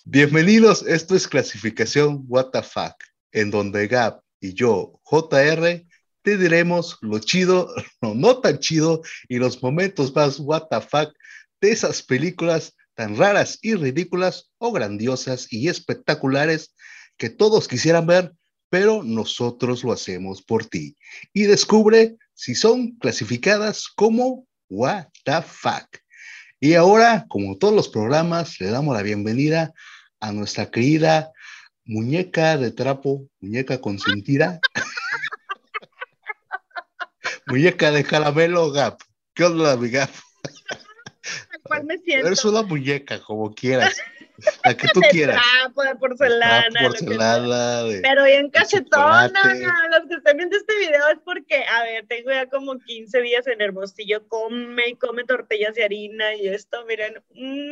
Bienvenidos, esto es Clasificación What the Fuck, en donde Gab y yo, JR, te diremos lo chido, lo no tan chido y los momentos más What the Fuck de esas películas tan raras y ridículas o grandiosas y espectaculares que todos quisieran ver, pero nosotros lo hacemos por ti. Y descubre si son clasificadas como What the Fuck. Y ahora, como todos los programas, le damos la bienvenida a nuestra querida muñeca de trapo, muñeca consentida, muñeca de caramelo, Gap. ¿Qué onda, mi Gap? ¿Cuál me Eres siento? una muñeca, como quieras, la que tú De quieras. trapo, de De trapo, porcelana, lo que sea. porcelana, Pero bien de cachetona. chocolate. Los que estén viendo este video es porque, a ver, tengo ya como 15 días en Hermosillo. Come y come tortillas de harina y esto, miren.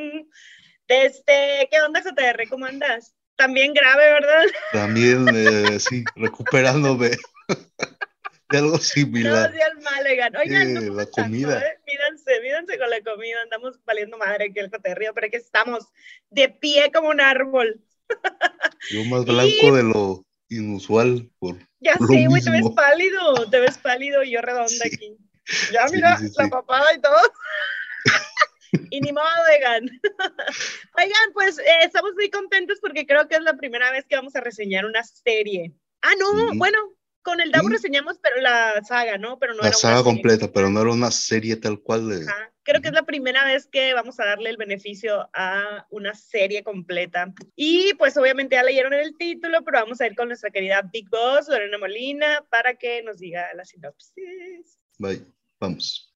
¿Qué onda, JR? ¿Cómo andas? También grave, ¿verdad? También, sí, recuperándome de algo No, similar. sí, al mal, oigan. Oigan, no La coman tanto, comida. ¿eh? Mídanse con la comida. Andamos valiendo madre que el JR, pero aquí estamos de pie como un árbol. Yo más blanco Y de lo inusual por ya lo sé, güey, mismo. te ves pálido y yo redonda Sí, aquí. Ya, sí, mira, sí, la sí. papada y todo. Y ni modo, oigan. Oigan, pues estamos muy contentos porque creo que es la primera vez que vamos a reseñar una serie. Ah, no, Sí, bueno, con el Davo sí, reseñamos pero la saga, ¿no? Pero no la era una saga serie como completa, pero tal. no era una serie tal cual de... Ajá. Creo que es la primera vez que vamos a darle el beneficio a una serie completa. Y pues obviamente ya leyeron el título, pero vamos a ir con nuestra querida Big Boss, Lorena Molina, para que nos diga la sinopsis. Bye, vamos.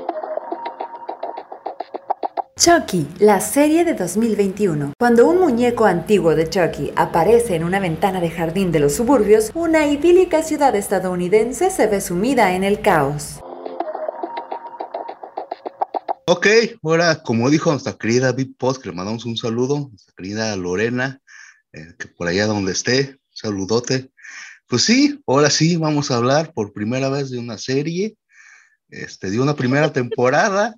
Chucky, la serie de 2021. Cuando un muñeco antiguo de Chucky aparece en una ventana de jardín de los suburbios, una idílica ciudad estadounidense se ve sumida en el caos. Ok, ahora, como dijo nuestra querida Big Post, que le mandamos un saludo, nuestra querida Lorena, que por allá donde esté, saludote. Pues sí, ahora sí vamos a hablar por primera vez de una serie, de una primera temporada.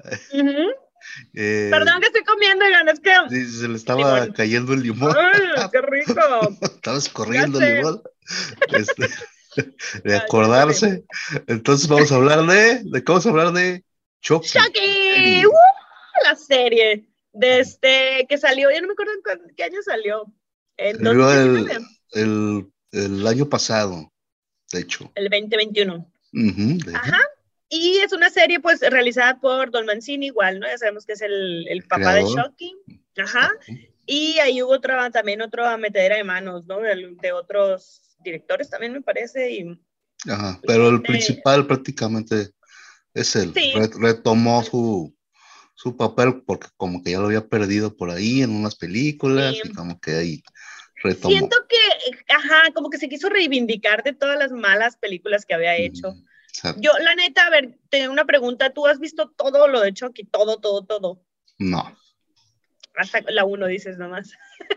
Eh, Perdón que estoy comiendo, oigan, es que sí, se le el estaba limón. cayendo el limón, ¡Ay, qué rico! estaba Ya escorriendo el sé, limón, este, de ya me acordé. acordarse. Entonces vamos a hablar ¿de qué vamos a hablar? De Chucky, la ¡Chucky! serie. La serie de que salió, ya no me acuerdo en qué año salió. En Salió 2019, el año pasado, de hecho. el 2021. De hecho, Ajá. Y es una serie pues realizada por Don Mancini igual, ¿no? Ya sabemos que es el el papá de creador. Chucky. Ajá. Exacto. Y ahí hubo también otra metedera de manos, ¿no? De otros directores también me parece. Y Ajá, pues pero el gente, principal prácticamente es él. sí. Retomó su papel porque como que ya lo había perdido por ahí en unas películas Sí. y como que ahí Siento retomó. que, ajá, como que se quiso reivindicar de todas las malas películas que había hecho. Yo, Exacto. la neta, a ver, tengo una pregunta. ¿Tú has visto todo lo de Chucky? Todo, todo, todo. No. Hasta la uno dices nomás.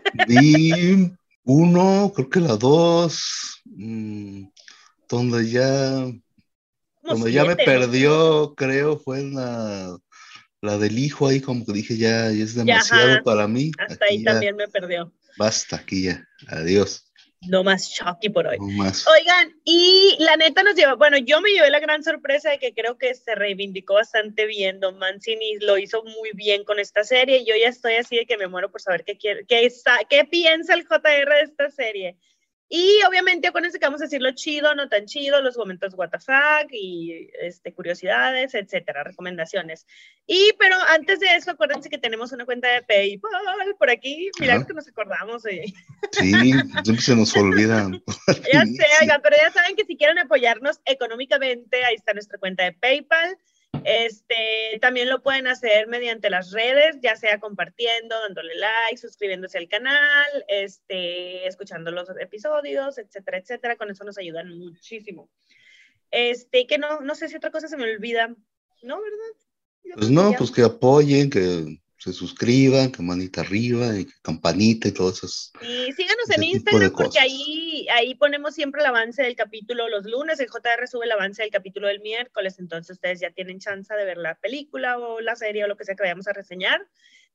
Vi uno, creo que la dos, donde ya, Como donde ya me 7, ¿no? perdió, creo, fue en la del hijo ahí, como que dije, ya es Ya, demasiado ajá. para mí. Hasta ahí Aquí ya, también me perdió. basta, aquí ya. Adiós. No más Chucky por hoy. No más. Oigan, y la neta nos lleva, bueno, yo me llevé la gran sorpresa de que creo que se reivindicó bastante bien. Don Mancini lo hizo muy bien con esta serie. Yo ya estoy así de que me muero por saber qué piensa el JR de esta serie. Y obviamente acuérdense que vamos a decir lo chido, no tan chido, los momentos WTF y curiosidades, etcétera, recomendaciones. Pero antes de eso, acuérdense que tenemos una cuenta de PayPal por aquí. Milagro Ajá. que nos acordamos, oye. Sí, siempre se nos olvidan al Ya sé, inicio. oigan, pero ya saben que si quieren apoyarnos económicamente, ahí está nuestra cuenta de PayPal. También lo pueden hacer mediante las redes, ya sea compartiendo, dándole like, suscribiéndose al canal, escuchando los episodios, etcétera, etcétera. Con eso nos ayudan muchísimo. Que no sé si otra cosa se me olvida, ¿no? ¿Verdad? Yo Pues creo que no, ya. pues que apoyen, que se suscriban, que manita arriba y que campanita y todo eso, Y síganos en ese tipo de Instagram porque cosas. ahí ponemos siempre el avance del capítulo los lunes. El JR sube el avance del capítulo del miércoles, entonces ustedes ya tienen chance de ver la película o la serie o lo que sea que vayamos a reseñar.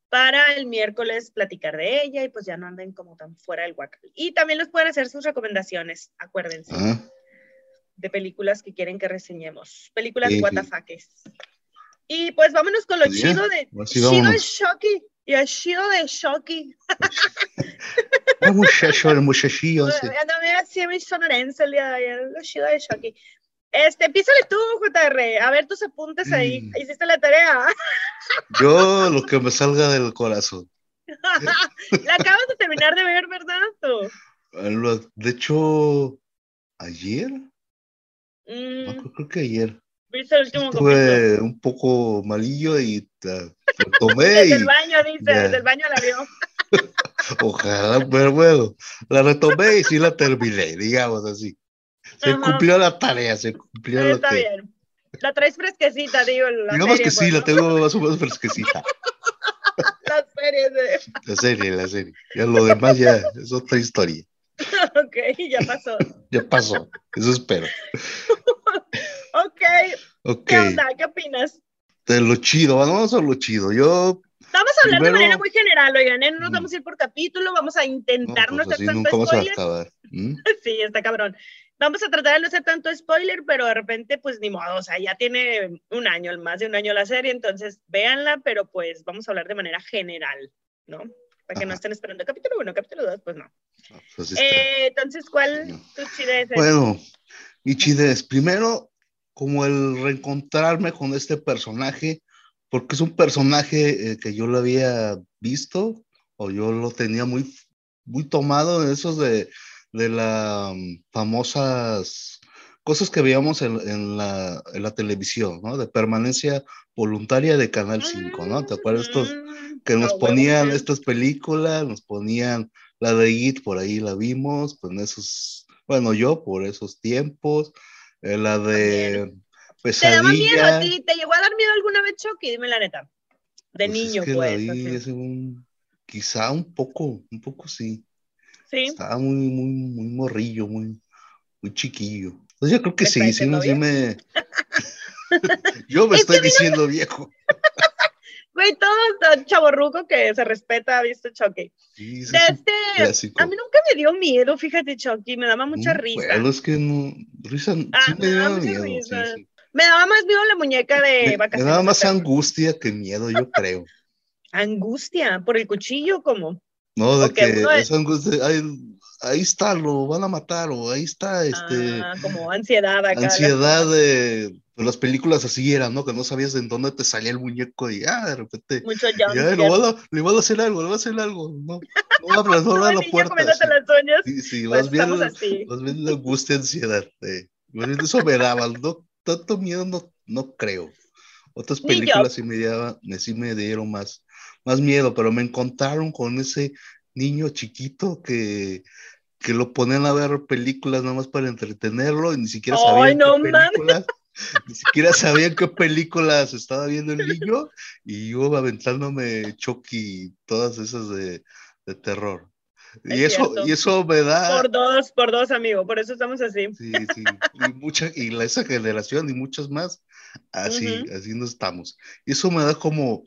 para el miércoles platicar de ella y pues ya no anden como tan fuera del huacal. Y también les pueden hacer sus recomendaciones, acuérdense, de películas que quieren que reseñemos. Películas WTFs. Y pues vámonos con lo chido de Shoki. Y el chido de Shoki. El muchachillo. Sí. También así mi sonorense el día de ayer, lo chido de Shoki. Písale tú, JR, a ver tus apuntes ahí. ¿Hiciste la tarea? Yo lo que me salga del corazón. La acabas de terminar de ver, ¿verdad? De hecho, ¿ayer? No, creo que ayer. ¿Viste el último Estuve un poco malillo y lo tomé. Desde el baño, dice, desde el baño la vio. Ojalá, pero bueno, la retomé y sí la terminé, digamos así. Se cumplió la tarea, se cumplió lo Está que... bien. La traes fresquecita, digo, la digamos serie, que sí, pues, ¿no? la tengo más o menos fresquecita. La serie. Ya lo demás ya es otra historia. Ok, ya pasó. Ya pasó, eso espero. Ok. ¿Qué onda? ¿Qué opinas? De lo chido, vamos a lo chido. Vamos a hablar de manera muy general, oigan, no nos vamos a ir por capítulo, vamos a intentar no pues hacer así tanto nunca vamos a spoiler. acabar. Sí, está cabrón. Vamos a tratar de no hacer tanto spoiler, pero de repente, pues ni modo, o sea, ya tiene más de un año la serie, entonces véanla, pero pues vamos a hablar de manera general, ¿no? Para que no estén esperando capítulo 1, capítulo 2, pues no. Pues entonces, ¿cuál tu chide es? Bueno, mi chide es primero como el reencontrarme con este personaje, porque es un personaje que yo lo había visto, o yo lo tenía muy, muy tomado en esos de las famosas cosas que veíamos en la televisión, ¿no? De permanencia voluntaria de Canal 5, ¿no? ¿Te acuerdas estos que nos ponían estas películas, nos ponían la de It, por ahí la vimos, pues en esos, bueno, yo por esos tiempos, la de Pesadilla. ¿Te daba miedo a ti? ¿Te llegó a dar miedo alguna vez Chucky? Dime la neta. De pues niño, es que pues. la vi quizá un poco sí. Sí. Estaba muy morrillo, muy chiquillo. Entonces yo creo que sí me... Yo me estoy diciendo viejo. Güey, todo chavorruco que se respeta ha visto Chucky. Sí, clásico. A mí nunca me dio miedo, fíjate, Chucky, me daba mucha risa. Bueno, es que no, risa, sí me daba miedo. Sí. Me daba más miedo la muñeca de vacaciones. Me daba más angustia que miedo, yo creo. ¿Angustia? ¿Por el cuchillo? ¿Cómo? No, de que esa angustia, ahí está, lo van a matar, o ahí está, como ansiedad acá. Ansiedad de las películas así eran, ¿no? Que no sabías en dónde te salía el muñeco y de repente. Mucho le van a hacer algo, no abras la puerta. Sí, vas viendo la angustia, ansiedad. Eso me daba, no, tanto miedo no creo. Otras películas sí me dieron más miedo, pero me encontraron con ese niño chiquito que lo ponían a ver películas nada más para entretenerlo y ni siquiera sabían ni siquiera sabían qué películas estaba viendo el niño y yo aventándome Chucky, todas esas de terror. Y eso me da... Por dos, amigo, por eso estamos así. Sí, y esa generación y muchas más, así no estamos. Y eso me da como,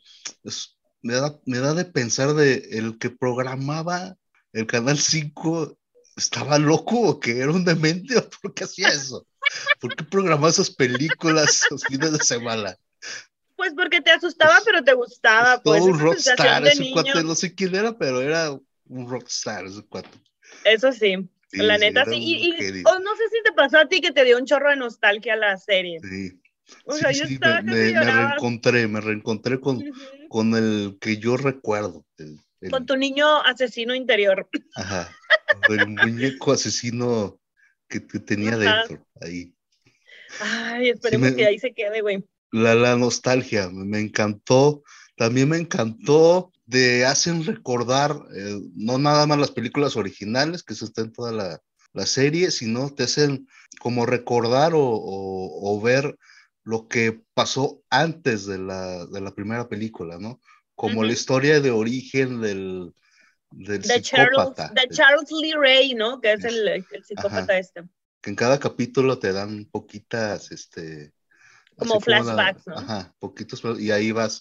me da de pensar de el que programaba el Canal 5, ¿estaba loco o que era un demente o por qué hacía eso? ¿Por qué programaba esas películas los fines de semana? Pues porque te asustaba, pero te gustaba. Pues todo un rockstar, ese cuate, no sé quién era, pero era un rockstar ese cuate. Eso sí, la neta sí. Y no sé si te pasó a ti que te dio un chorro de nostalgia la serie. Sí. O sea, yo estaba me reencontré con el que yo recuerdo. Con tu niño asesino interior. Ajá, el muñeco asesino que tenía dentro, ahí. Ay, esperemos que ahí se quede, güey. La nostalgia, me encantó. También me encantó hacen recordar, no nada más las películas originales, que eso está en toda la serie, sino te hacen como recordar o ver lo que pasó antes de la primera película, ¿no? Como la historia de origen del psicópata. De Charles Lee Ray, ¿no? Que es el psicópata. Que en cada capítulo te dan poquitas, como flashbacks, ¿no? Ajá, poquitos, y ahí vas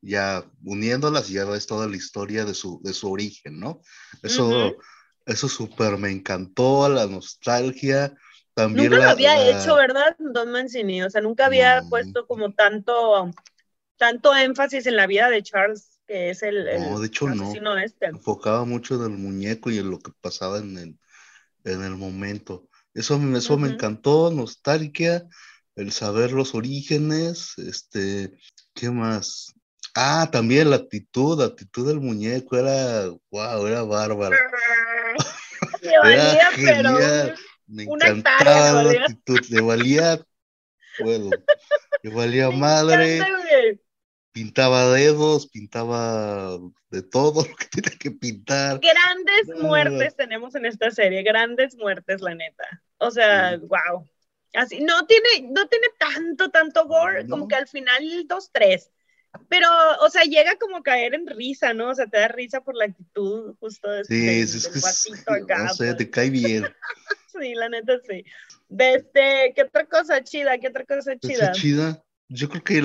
ya uniéndolas, ya ves toda la historia de su origen, ¿no? Ujú. Eso, eso súper me encantó, la nostalgia, Nunca también lo había hecho, ¿verdad? Don Mancini, o sea, nunca había no, puesto como tanto énfasis en la vida de Charles, que es no, el de hecho no, asesino este. enfocaba mucho en el muñeco y en lo que pasaba en el momento. Eso me Ujú. encantó, nostalgia, el saber los orígenes, ¿qué más? Ah, también la actitud del muñeco era, wow, era bárbara, Le era valía, pero genial, me una hectárea le encantaba la valía. actitud, le valía, bueno, le valía Me encanta, madre, güey. pintaba dedos, pintaba de todo lo que tenía que pintar. Grandes No, no, no. muertes tenemos en esta serie, grandes muertes, la neta. O sea, Sí, wow. Así, no tiene tanto gore, como que no, al final dos, tres. Pero, o sea, llega como a caer en risa, ¿no? O sea, te da risa por la actitud justo sí, es del que guatito no acá, sé, pues. te cae bien. Sí, la neta sí. ¿Qué otra cosa chida? ¿Qué otra cosa Está chida? chida. Yo creo que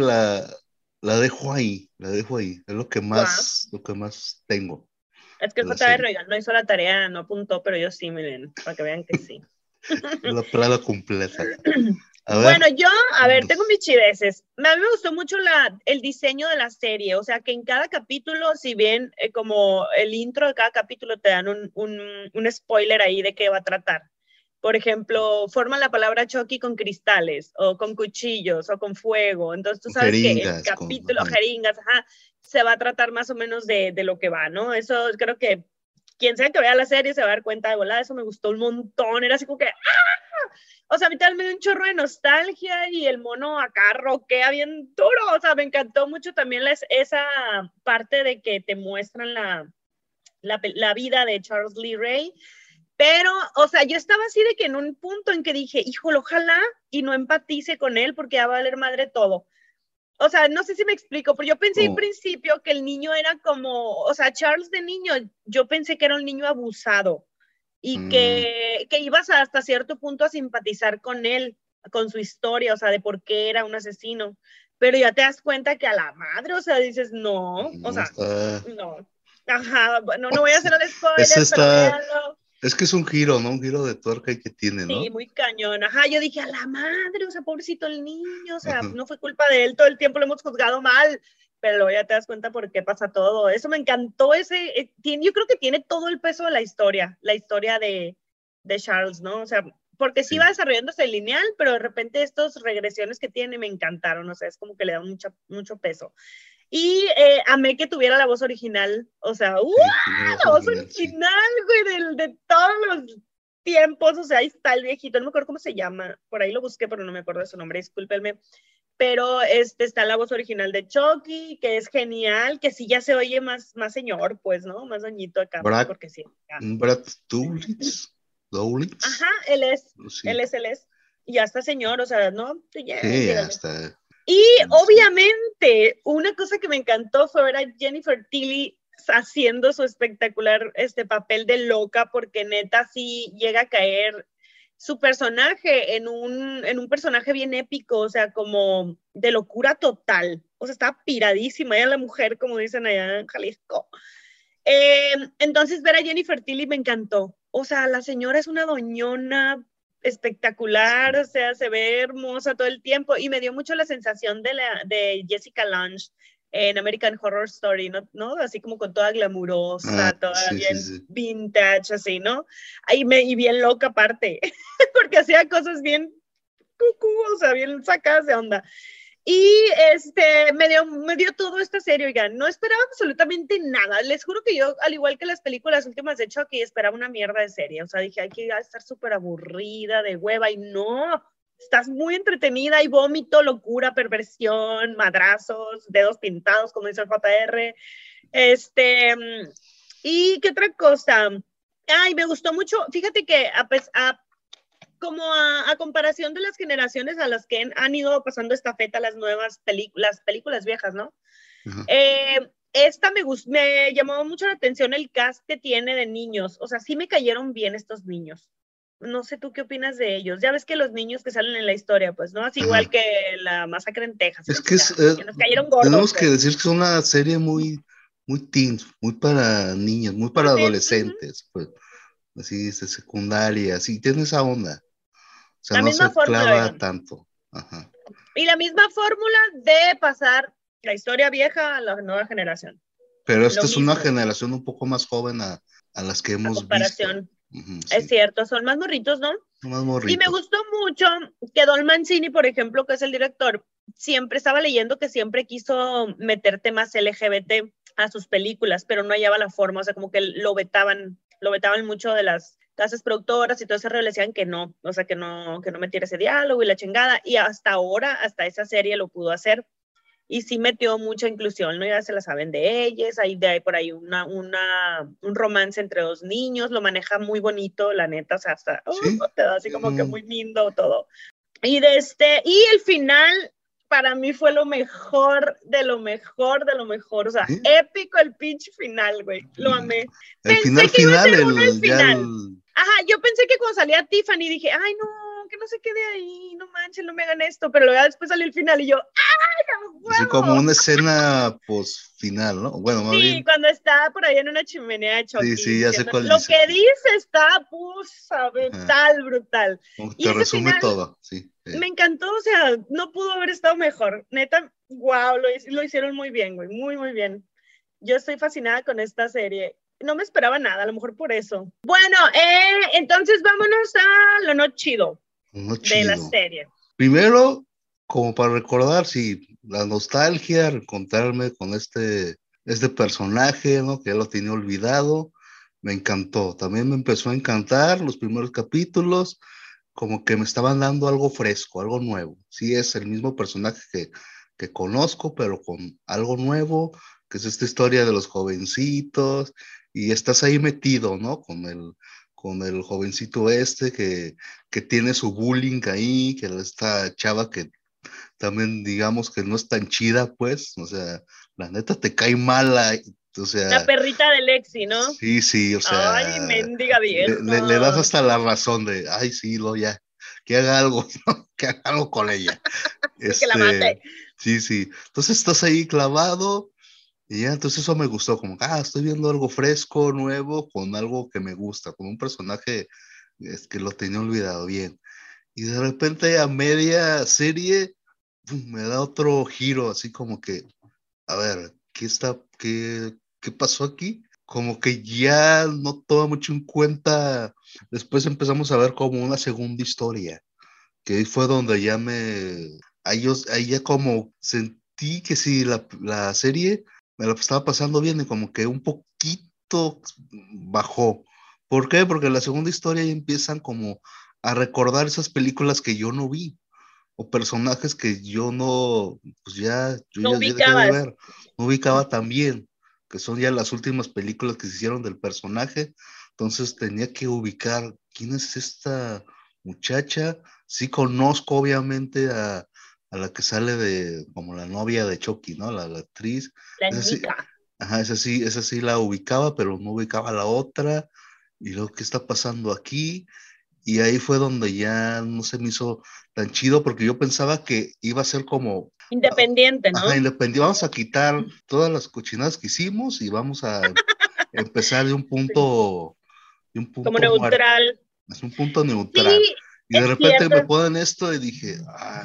la dejo ahí. Es Guau. lo que más tengo Es que de el la JR serie. Regal no hizo la tarea, no apuntó, pero yo sí, miren, para que vean que sí. Es la plana completa. A Bueno, ver, yo, a ¿qué ver, tengo más? mis chideces. A mí me gustó mucho el diseño de la serie, o sea, que en cada capítulo, si bien como el intro de cada capítulo te dan un spoiler ahí de qué va a tratar. Por ejemplo, forman la palabra Chucky con cristales, o con cuchillos, o con fuego. Entonces tú sabes que el Jeringas, capítulo, ajá. jeringas, ajá, se va a tratar más o menos de lo que va, ¿no? Eso creo que quien sea que vea la serie se va a dar cuenta de volada, eso me gustó un montón, era así como que, o sea, a mí también me dio un chorro de nostalgia y el mono acá roquea bien duro. O sea, me encantó mucho también esa parte de que te muestran la vida de Charles Lee Ray. Pero, o sea, yo estaba así de que en un punto en que dije, híjole, ojalá y no empatice con él porque ya va a valer madre todo. O sea, no sé si me explico, pero yo pensé en Oh, principio que el niño era como, o sea, Charles de niño, yo pensé que era un niño abusado y mm, que ibas hasta cierto punto a simpatizar con él, con su historia, o sea, de por qué era un asesino. Pero ya te das cuenta que a la madre, o sea, dices, no, o no sea, está. no. Ajá, bueno, no voy a hacer el Ese spoiler, pero está. véanlo. Es que es un giro, ¿no? Un giro de tuerca que tiene, Sí, ¿no? muy cañón. Ajá, yo dije, a la madre, o sea, pobrecito el niño, o sea, Ajá. no fue culpa de él, todo el tiempo lo hemos juzgado mal, pero luego ya te das cuenta por qué pasa todo. Eso me encantó, yo creo que tiene todo el peso de la historia de Charles, ¿no? O sea, porque sí va Sí. desarrollándose lineal, pero de repente estas regresiones que tiene me encantaron, o sea, es como que le da mucho peso. Y amé que tuviera la voz original, o sea, Sí, tiene voz la voz original, sí. original, güey, de todos los tiempos, o sea, ahí está el viejito, no me acuerdo cómo se llama, por ahí lo busqué, pero no me acuerdo de su nombre, discúlpenme, pero está la voz original de Chucky, que es genial, que sí ya se oye más señor, pues, ¿no? Más doñito acá, pues, Brad, porque sí. Ya. Brad Doulitz, Ajá, Doulitz, sí. y ya está señor, o sea, ¿no? Ya, Sí, llégale. hasta. Y Sí. obviamente, una cosa que me encantó fue ver a Jennifer Tilly haciendo su espectacular papel de loca, porque neta sí llega a caer su personaje en un personaje bien épico, o sea, como de locura total. O sea, estaba piradísima, ella la mujer, como dicen allá en Jalisco. Entonces, ver a Jennifer Tilly me encantó. O sea, la señora es una doñona espectacular, o sea, se ve hermosa todo el tiempo y me dio mucho la sensación de Jessica Lange en American Horror Story, ¿no? Así como con toda Ah, glamurosa, toda sí, sí, bien sí. vintage, así, ¿no? Y bien loca aparte, porque hacía cosas bien cucú, o sea, bien sacadas de onda. Y me dio todo esta serie, oigan, no esperaba absolutamente nada. Les juro que yo, al igual que las películas últimas de Chucky, esperaba una mierda de serie. O sea, dije, hay que estar súper aburrida, de hueva, y no, estás muy entretenida, hay vómito, locura, perversión, madrazos, dedos pintados, como dice el JR. ¿Y qué otra cosa? Ay, me gustó mucho, fíjate que a comparación de las generaciones a las que han ido pasando estafeta las nuevas películas viejas, ¿no? Ajá. Esta me llamó mucho la atención el cast que tiene de niños, o sea, sí me cayeron bien estos niños. No sé tú qué opinas de ellos. Ya ves que los niños que salen en la historia, pues, ¿no? Es igual que la masacre en Texas. Es que que nos cayeron gordos. tenemos pues. que decir que es una serie muy teen, muy para niños, muy para adolescentes, pues, así, de secundaria, así, tiene esa onda. O sea, la no misma se fórmula, clava tanto. Ajá. Y la misma fórmula de pasar la historia vieja a la nueva generación. Pero esta es una generación un poco más joven a las que hemos comparación. visto. Es cierto, son más morritos, ¿no? Más morritos. Y me gustó mucho que Don Mancini, por ejemplo, que es el director, siempre estaba leyendo que siempre quiso meter temas LGBT a sus películas, pero no hallaba la forma, o sea, como que lo vetaban mucho de las casas productoras y todo ese rollo, le decían que no, o sea, que no metiera ese diálogo y la chingada, y hasta ahora, hasta esa serie lo pudo hacer. Y sí metió mucha inclusión, ¿no? Ya se la saben de ellas, hay por ahí un romance entre dos niños, lo maneja muy bonito, la neta, o sea, hasta te da así como que muy lindo todo. Y el final para mí fue lo mejor de lo mejor de lo mejor, o sea, épico el pinche final, güey, lo amé. Pensé que iba a ser uno al final. Ajá, yo pensé que cuando salía Tiffany dije, ay, no, que no se quede ahí, no manches, no me hagan esto, pero luego después salió el final y yo, ¡ay, no! Así como una escena final, ¿no? Bueno, más bien. Sí, cuando está por ahí en una chimenea de Chucky. Sí, ya sé cuál lo que dice está, brutal. Y te resume final, todo, sí. Me encantó, o sea, no pudo haber estado mejor. Neta, wow, lo hicieron muy bien, güey, muy, muy bien. Yo estoy fascinada con esta serie. No me esperaba nada, a lo mejor por eso. Bueno, entonces vámonos a lo no chido de la serie. Primero, como para recordar, sí, la nostalgia, reencontrarme con este personaje, ¿no? Que ya lo tenía olvidado, me encantó. También me empezó a encantar los primeros capítulos, como que me estaban dando algo fresco, algo nuevo. Sí, es el mismo personaje que conozco, pero con algo nuevo, que es esta historia de los jovencitos, y estás ahí metido, ¿no? Con el jovencito que tiene su bullying ahí, que esta chava que también digamos que no es tan chida, pues, o sea, la neta te cae mala, o sea... La perrita de Lexi, ¿no? Sí, o sea... Ay, mendiga vieja. Le das hasta la razón de, ay, sí, ya, que haga algo, ¿no? Que haga algo con ella. Que la mate. Sí, entonces estás ahí clavado, y ya, entonces eso me gustó, como, estoy viendo algo fresco, nuevo, con algo que me gusta, con un personaje que lo tenía olvidado bien. Y de repente a media serie me da otro giro, así como que, a ver, qué pasó aquí? Como que ya no toma mucho en cuenta, después empezamos a ver como una segunda historia, que ahí fue donde ya ahí ya como sentí que sí, la serie me la estaba pasando bien y como que un poquito bajó. ¿Por qué? Porque en la segunda historia ya empiezan como a recordar esas películas que yo no vi, o personajes que yo no, pues ya dejé de ver, no ubicaba tan bien, que son ya las últimas películas que se hicieron del personaje, entonces tenía que ubicar quién es esta muchacha. Sí conozco obviamente a la que sale como la novia de Chucky, ¿no? La actriz. La Nika. Ajá, esa sí la ubicaba, pero no ubicaba a la otra, y luego, ¿qué está pasando aquí? Y ahí fue donde ya no se me hizo tan chido, porque yo pensaba que iba a ser como... Independiente, ¿no? Independiente. Vamos a quitar todas las cochinadas que hicimos y vamos a empezar de un punto... Como neutral. Es un punto neutral. Sí, y de repente me ponen esto y dije,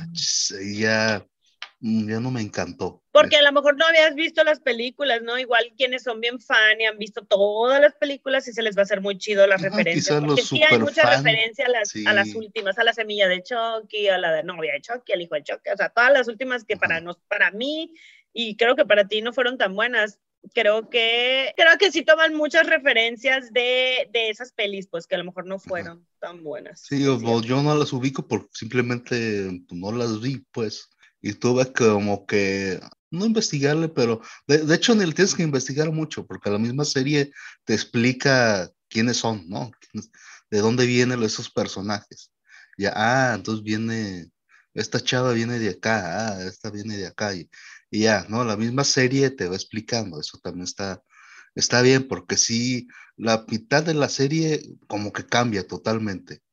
ya no me encantó. Porque a lo mejor no habías visto las películas, ¿no? Igual quienes son bien fan y han visto todas las películas y se les va a hacer muy chido las referencias. Porque sí hay mucha referencia a las últimas, a la semilla de Chucky, a la de novia de Chucky, al hijo de Chucky, o sea, todas las últimas que para mí y creo que para ti no fueron tan buenas. Creo que sí toman muchas referencias de esas pelis, pues que a lo mejor no fueron tan buenas. Sí, yo no las ubico porque simplemente no las vi, pues. Y tuve como que, no investigarle, pero de hecho ni le tienes que investigar mucho, porque la misma serie te explica quiénes son, ¿no? De dónde vienen esos personajes. Ya, entonces esta chava viene de acá, esta viene de acá, y ya, ¿no? La misma serie te va explicando, eso también está bien, porque sí, la mitad de la serie como que cambia totalmente.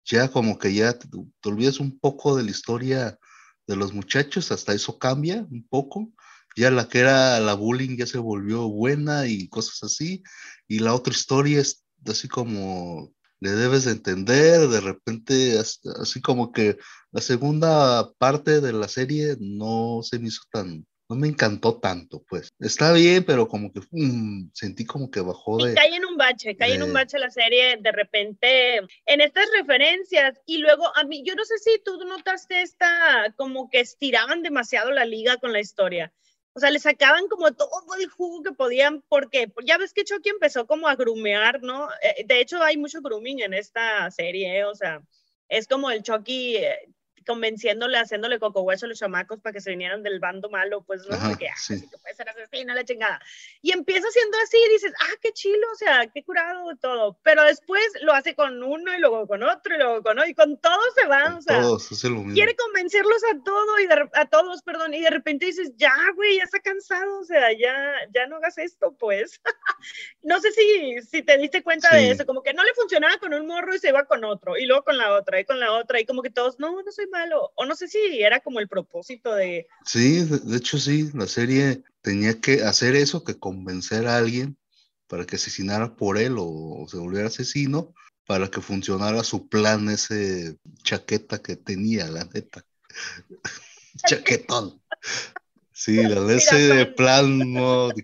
ya como que ya te olvidas un poco de la historia de los muchachos, hasta eso cambia un poco. Ya la que era la bullying ya se volvió buena y cosas así. Y la otra historia es así como le debes de entender, de repente, así como que la segunda parte de la serie no se me hizo no me encantó tanto, pues. Está bien, pero como que sentí como que bajó Sí, cae en un bache la serie de repente en estas referencias y luego a mí, yo no sé si tú notaste como que estiraban demasiado la liga con la historia. O sea, le sacaban como todo el jugo que podían, porque ya ves que Chucky empezó como a grumear, ¿no? De hecho, hay mucho grooming en esta serie, o sea, es como el Chucky convenciéndole, haciéndole coco hueso a los chamacos para que se vinieran del bando malo, pues, ¿no? De que, sí. si tú puedes ser asesino, la chingada. Y empieza siendo así y dices, qué chilo, o sea, qué curado todo. Pero después lo hace con uno y luego con otro y luego con otro y con todos se va, con o sea. Todos, es lo mismo. Quiere convencerlos a todos, perdón, y de repente dices, ya, güey, ya está cansado, o sea, ya no hagas esto, pues. No sé si te diste cuenta de eso, como que no le funcionaba con un morro y se iba con otro, y luego con la otra, y como que todos, no soy malo, o no sé si era como el propósito de... Sí, de hecho sí, la serie tenía que hacer eso, que convencer a alguien para que asesinara por él o se volviera asesino, para que funcionara su plan, ese chaqueta que tenía, la neta. Chaquetón. Sí, ese plan no,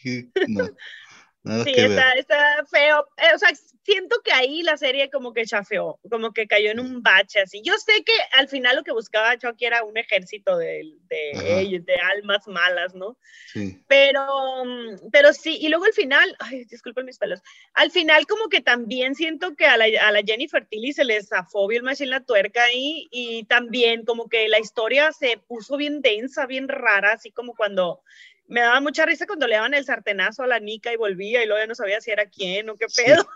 nada Sí, que ver. está feo. O sea, siento que ahí la serie como que chafeó, como que cayó en un bache así. Yo sé que al final lo que buscaba Chucky era un ejército de almas malas, ¿no? Sí. Pero sí, y luego al final, ay, disculpen mis pelos, al final como que también siento que a la Jennifer Tilly se le zafó bien machín la tuerca ahí, y también como que la historia se puso bien densa, bien rara, así como cuando... Me daba mucha risa cuando le daban el sartenazo a la Nika y volvía y luego ya no sabía si era quién o qué pedo.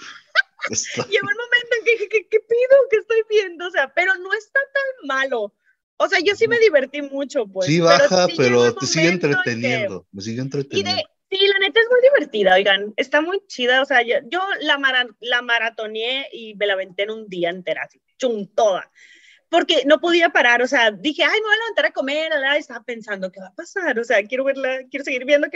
Sí. Llegó un momento en que dije, ¿qué pido? ¿Qué estoy viendo? O sea, pero no está tan malo. O sea, yo sí me divertí mucho, pues. Sí baja, sí pero te sigue entreteniendo. Me sigue entreteniendo. Sí, la neta es muy divertida, oigan. Está muy chida. O sea, yo la maratoneé y me la aventé en un día entera, así, toda. Porque no podía parar, o sea, dije, me voy a levantar a comer, y estaba pensando, ¿qué va a pasar? O sea, quiero verla, quiero seguir viendo.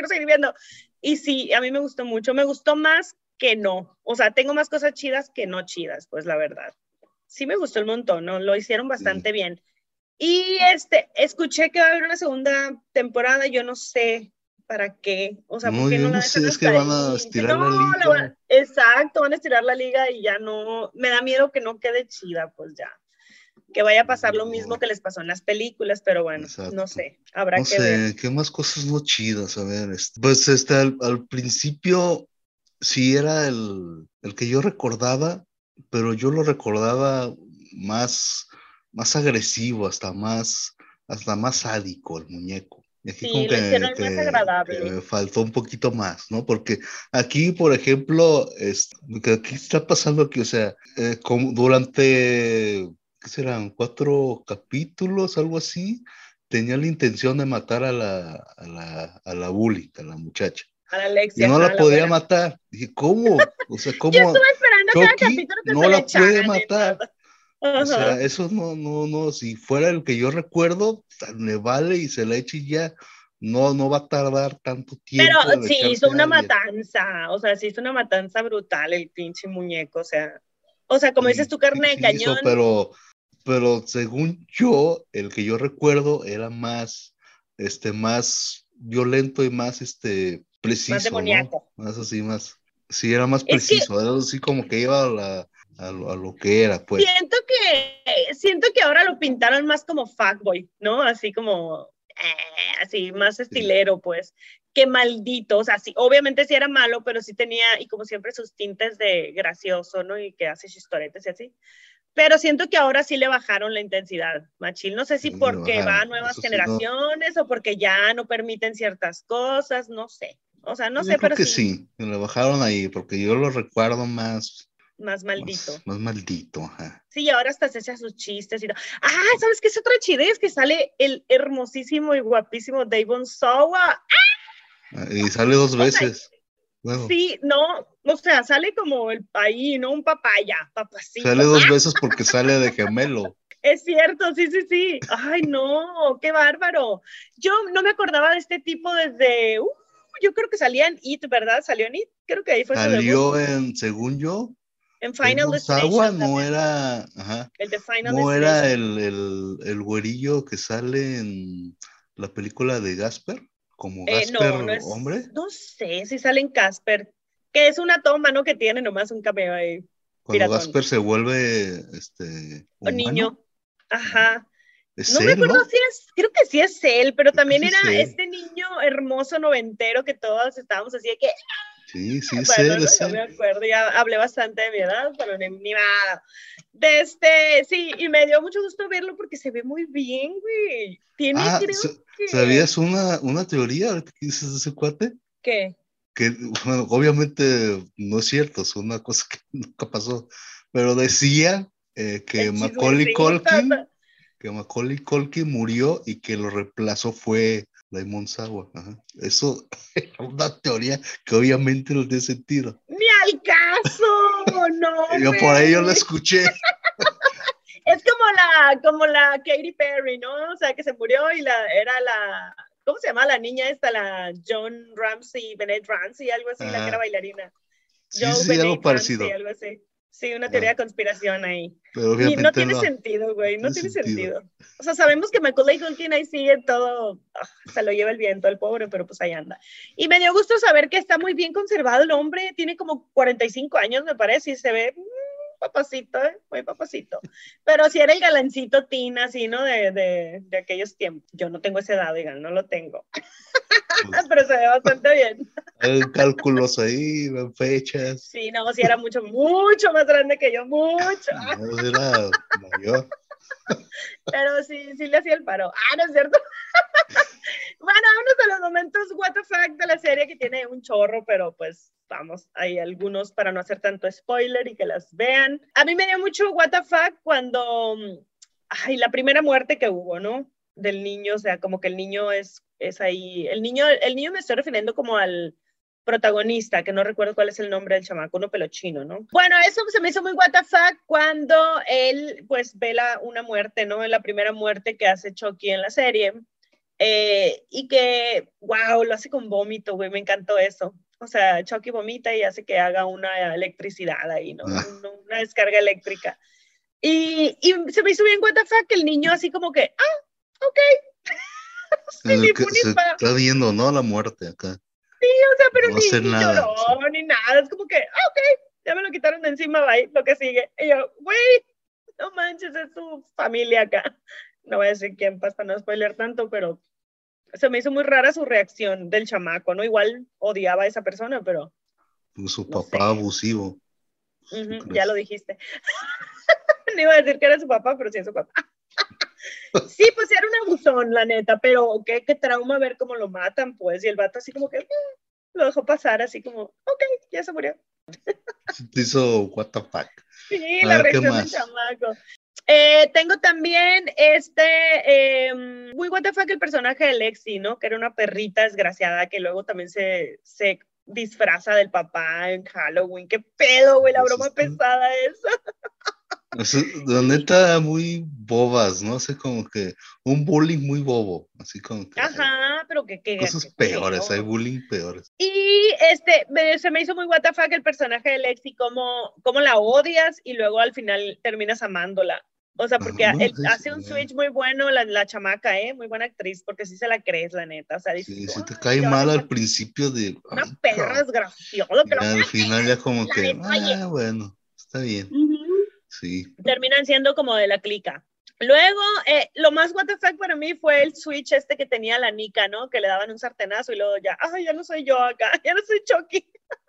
Y sí, a mí me gustó mucho, me gustó más que no, o sea, tengo más cosas chidas que no chidas, pues la verdad. Sí me gustó un montón, ¿no? Lo hicieron bastante bien. Y escuché que va a haber una segunda temporada, yo no sé para qué, o sea, ¿por qué no la dejan sé, es que van a estirar la liga. Exacto, van a estirar la liga y ya no, me da miedo que no quede chida, pues ya. Que vaya a pasar lo mismo que les pasó en las películas, pero bueno, exacto. No sé, habrá que ver. ¿Qué más cosas no chidas? A ver, pues al principio sí era el que yo recordaba, pero yo lo recordaba más agresivo, hasta más sádico el muñeco. Y aquí sí, lo hicieron más agradable. que me faltó un poquito más, ¿no? Porque aquí, por ejemplo, ¿qué está pasando aquí? O sea, como durante, ¿qué serán? 4 capítulos, algo así, tenía la intención de matar a la bully, a la muchacha. A la Alexia, y no la podía matar. Dije, ¿cómo? O sea, ¿cómo? Yo estuve esperando cada capítulo que no se la le puede matar. O sea, eso no, si fuera el que yo recuerdo, me vale y se la eche y ya. No va a tardar tanto tiempo. Pero sí hizo una matanza, o sea, sí hizo una matanza brutal el pinche muñeco, o sea, como dices tú, carne de cañón. Pero según yo, el que yo recuerdo era más violento y más preciso, más demoníaco, ¿no? Más así, sí, era más preciso, era así como que iba a lo que era, pues. Siento que ahora lo pintaron más como fuckboy, ¿no? Así como, así, más estilero, sí. Pues, que maldito, o sea, sí, obviamente sí era malo, pero sí tenía, y como siempre, sus tintes de gracioso, ¿no? Y que hace chistoretes y así. Pero siento que ahora sí le bajaron la intensidad, machín. No sé si porque va a nuevas generaciones o porque ya no permiten ciertas cosas, no sé. O sea, no sé, pero sí, le bajaron ahí, porque yo lo recuerdo más maldito. Más maldito, ajá. Sí, ahora hasta se hace sus chistes y todo. ¿Sabes qué es otra chidez? Que sale el hermosísimo y guapísimo Davon Sawa. Y sale 2 veces. Bueno, Sí, no, o sea, sale como el ahí, ¿no? Un papacito. sale 2 veces porque sale de gemelo. Es cierto, sí, sí, sí. Ay, no, qué bárbaro. Yo no me acordaba de este tipo desde, yo creo que salía en It, ¿verdad? Salió en It, creo que ahí fue su debut. Salió en, según yo, En Final Raymond Sagua Destination no también. era, ajá, El de Final no era Destination. el güerillo que sale en la película de Gasper, como Gasper No, no hombre, es, no sé si sale en Casper, que es una toma, ¿no? Que tiene nomás un cameo ahí, cuando piratón. Gasper se vuelve Un humano, niño. Ajá. es No me él, acuerdo ¿no? si es, creo que sí es él, pero Creo que también sí era es él. este niño hermoso noventero que todos estábamos así de que, Sí, sí es bueno, él, no, es yo me él. acuerdo, ya hablé bastante de mi edad, pero ni nada. De sí, y me dio mucho gusto verlo porque se ve muy bien, güey. Tiene, Ah, creo que, ¿sabías una teoría ahorita que dices de ese cuate? ¿qué? Que, bueno, obviamente no es cierto, es una cosa que nunca pasó, pero decía El chismecito. Que Macaulay Culkin murió y que lo reemplazó fue Raymond Sagua. Ajá. Eso es una teoría que obviamente no tiene sentido. Ni al caso, no, Yo por ahí yo la güey. escuché. Es como la Katy Perry, ¿no? O sea, que se murió y era la, ¿cómo se llama la niña esta? La John Ramsey, Bennett Ramsey, algo así, la que era Ajá. bailarina. Sí, Joe sí, algo Bennett Ramsey, parecido. algo así. Sí, una teoría Ajá. de conspiración ahí. Pero No obviamente tiene no, sentido, no güey, no tiene tiene sentido. sentido. O sea, sabemos que Macaulay Culkin ahí sigue todo, se lo lleva el viento el pobre, pero pues ahí anda. Y me dio gusto saber que está muy bien conservado el hombre, tiene como 45 años, me parece, y se ve papacito, muy papacito. Pero si era el galancito teen, así, ¿no? De aquellos tiempos. Yo no tengo esa edad, digan, no lo tengo. Pues, Pero se ve bastante bien. hagan cálculos ahí, ven fechas. Sí, no, si era mucho, mucho más grande que yo, mucho. No era mayor. Pero sí, sí le hacía el paro. No es cierto. Bueno, uno de los momentos what the fuck de la serie que tiene un chorro, pero pues vamos, hay algunos para no hacer tanto spoiler y que las vean. A mí me dio mucho what the fuck cuando, la primera muerte que hubo, ¿no? Del niño, o sea, como que el niño es ahí, el niño me estoy refiriendo como al protagonista, que no recuerdo cuál es el nombre del chamaco, uno pelochino, ¿no? Bueno, eso se me hizo muy what the fuck cuando él pues ve una muerte, ¿no? La primera muerte que hace Chucky en la serie. Y que, wow, lo hace con vómito, güey, me encantó eso. O sea, Chucky vomita y hace que haga una electricidad ahí, ¿no? Ah, Una descarga eléctrica. Y se me hizo bien what the fuck que el niño así como que, ok, sin ni fu ni se fa. está viendo, ¿no? La muerte acá. O sea, pero No hacer ni nada. lloró, Sí. ni nada. Es como que, ok, ya me lo quitaron de encima, bye, lo que sigue. Y yo, güey, no manches, es tu familia acá. No voy a decir quién, para no spoiler tanto, pero se me hizo muy rara su reacción del chamaco, ¿no? Igual odiaba a esa persona, pero Pues su no papá sé. abusivo. Ya lo dijiste. No iba a decir que era su papá, pero sí es su papá. Sí, pues era un abusón, la neta, pero qué trauma ver cómo lo matan, pues. Y el vato así como que lo dejó pasar, así como, ok, ya se murió. Te hizo what the fuck. Sí, A la ver, ¿qué reacción del más? chamaco. Tengo también muy what the fuck el personaje de Lexi, ¿no? Que era una perrita desgraciada que luego también se disfraza del papá en Halloween. ¿Qué pedo, güey? La Pues broma pesada esa. la neta, muy bobas, ¿no? Sé como que un bullying muy bobo. Así como que hay Ajá, pero cosas qué peores, hay feo. bullying peores. Y se me hizo muy what the fuck el personaje de Lexi, cómo la odias y luego al final terminas amándola. O sea, Ajá, porque no, él sí, hace un switch muy bueno la chamaca, muy buena actriz, porque sí se la crees, la neta. O sea, dices sí, tú, sí te ay, cae te van a mal al encantar. principio de, Una ay, perra cabrón. desgraciosa, Y pero al final ya como la que, desoye. bueno, está bien. Uh-huh. Sí, Terminan siendo como de la clica. Luego, lo más what the fuck para mí fue el switch que tenía la Nika, ¿no? Que le daban un sartenazo y luego ya, ya no soy yo acá, ya no soy Chucky.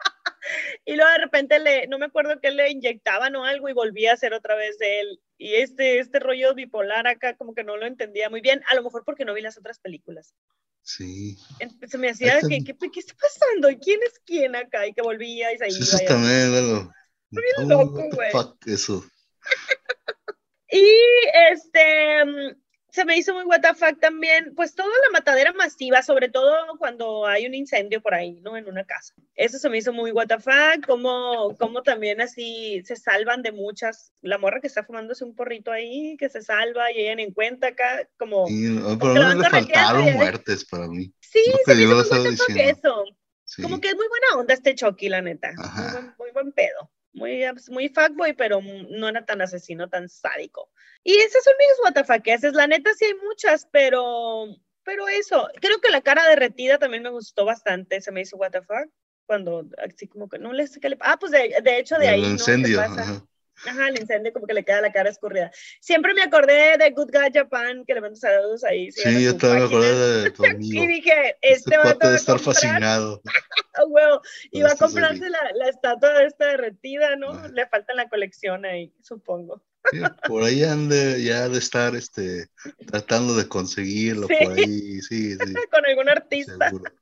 Y luego de repente no me acuerdo qué le inyectaban o algo y volvía a ser otra vez de él. Y este rollo bipolar acá como que no lo entendía muy bien, a lo mejor porque no vi las otras películas. sí. Se me hacía ¿qué está pasando? ¿Y quién es quién acá? Y que volvía y se Sí, iba eso y así. también, luego. Está bien Oh, what loco, the güey. fuck, eso. Y se me hizo muy what the fuck también, pues toda la matadera masiva, sobre todo cuando hay un incendio por ahí, ¿no? En una casa. Eso se me hizo muy what the fuck, como también así se salvan de muchas, la morra que está fumándose un porrito ahí, que se salva y ella ni en cuenta acá, como pero que lo no van le correteando. faltaron muertes para mí. Sí, Lo se que me yo hizo lo muy what estaba the fuck diciendo. eso. Sí. Como que es muy buena onda este Chucky, la neta. Ajá. Muy buen pedo. Muy fuckboy, pero no era tan asesino, tan sádico. Y esas son mis WTFeses. La neta sí hay muchas, pero eso. Creo que la cara derretida también me gustó bastante. Se me hizo WTF. Cuando así como que no le sé qué le pasa. Ah, pues de hecho de ahí, ¿no? ¿Qué Incendio. pasa? Ajá, el incendio como que le queda la cara escurrida. Siempre me acordé de Good Guy Japan, que le mando saludos ahí. Sí, yo también me acordé de tu amigo. Y dije, Este vato cuate va de a estar comprar fascinado. huevo, de iba a esta serie. comprarse la estatua de esta derretida, ¿no? Le falta la colección ahí, supongo. Sí, por ahí ya de estar tratando de conseguirlo, Sí. por ahí, sí. Con algún artista. Seguro.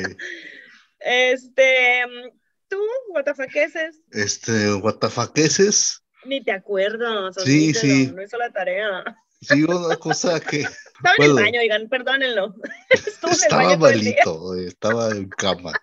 ¿Tú, WTFeses? Guatafaqueses. Ni te acuerdo, Sí, admítelo, sí. no hizo la tarea. Sí, una cosa que. Estaba en el baño, oigan, perdónenlo. Estuvo en el Estaba baño todo el día. malito, estaba en cama.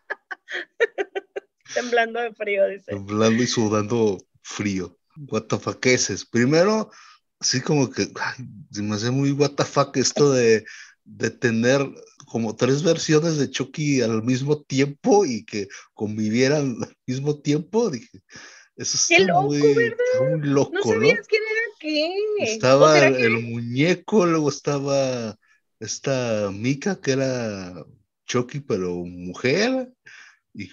Temblando de frío, dice. Temblando y sudando frío. Guatafaqueses. Primero, así como que se me hace muy what the fuck esto de tener como 3 versiones de Chucky al mismo tiempo y que convivieran al mismo tiempo. Dije, eso Qué loco, está muy ¿verdad? No loco, ¿no? sabías quién era qué. ¿O Estaba será que el muñeco, luego estaba esta Mika, que era Chucky, pero mujer, y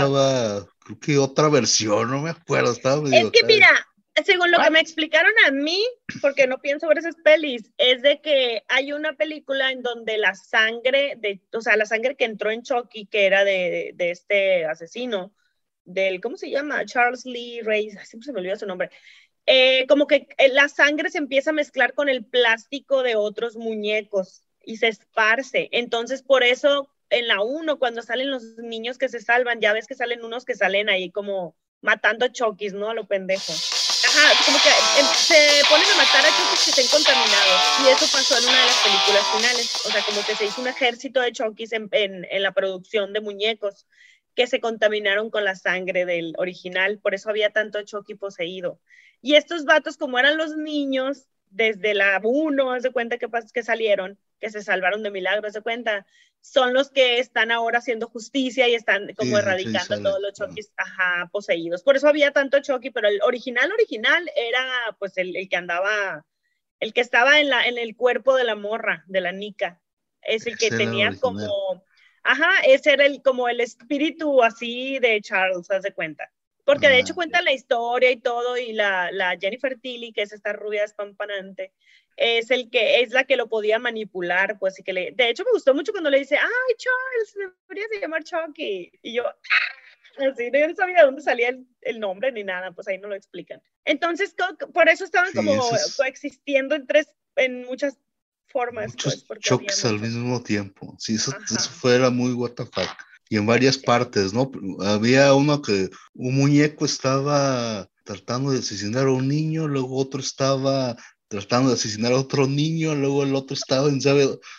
creo que otra versión, no me acuerdo, estaba medio Es que acá. mira, según lo ¿What? que me explicaron a mí, porque no pienso ver esas pelis, es de que hay una película en donde la sangre que entró en Chucky, que era de este asesino, ¿cómo se llama? Charles Lee Ray, siempre se me olvida su nombre. Como que la sangre se empieza a mezclar con el plástico de otros muñecos y se esparce. Entonces, por eso en la 1, cuando salen los niños que se salvan, ya ves que salen unos que salen ahí como matando Chokis, ¿no? A lo pendejo. Ajá, como que se ponen a matar a Chokis que estén contaminados. Y eso pasó en una de las películas finales. O sea, como que se hizo un ejército de Chokis en la producción de muñecos que se contaminaron con la sangre del original. Por eso había tanto Chucky poseído. Y estos vatos, como eran los niños, desde la 1, haz de cuenta que salieron, que se salvaron de milagro, haz de cuenta, son los que están ahora haciendo justicia y están como erradicando a todos los Chuckys poseídos. Por eso había tanto Chucky, pero el original era pues el que andaba, el que estaba en el cuerpo de la morra, de la Nika. Es el que tenía como, ese era como el espíritu así de Charles, haz de cuenta. Porque de hecho cuenta la historia y todo, y la Jennifer Tilly, que es esta rubia espampanante, es la que lo podía manipular, pues, y de hecho me gustó mucho cuando le dice, ay, Charles, deberías de llamar Chucky, y yo, así, no sabía de dónde salía el nombre ni nada, pues ahí no lo explican. Entonces, por eso estaban como coexistiendo en muchas formas. Muchos pues, Chucks al mismo tiempo, sí, eso fuera muy what the fuck. Y en varias partes, ¿no? Había uno que un muñeco estaba tratando de asesinar a un niño, luego otro estaba tratando de asesinar a otro niño, luego el otro estaba en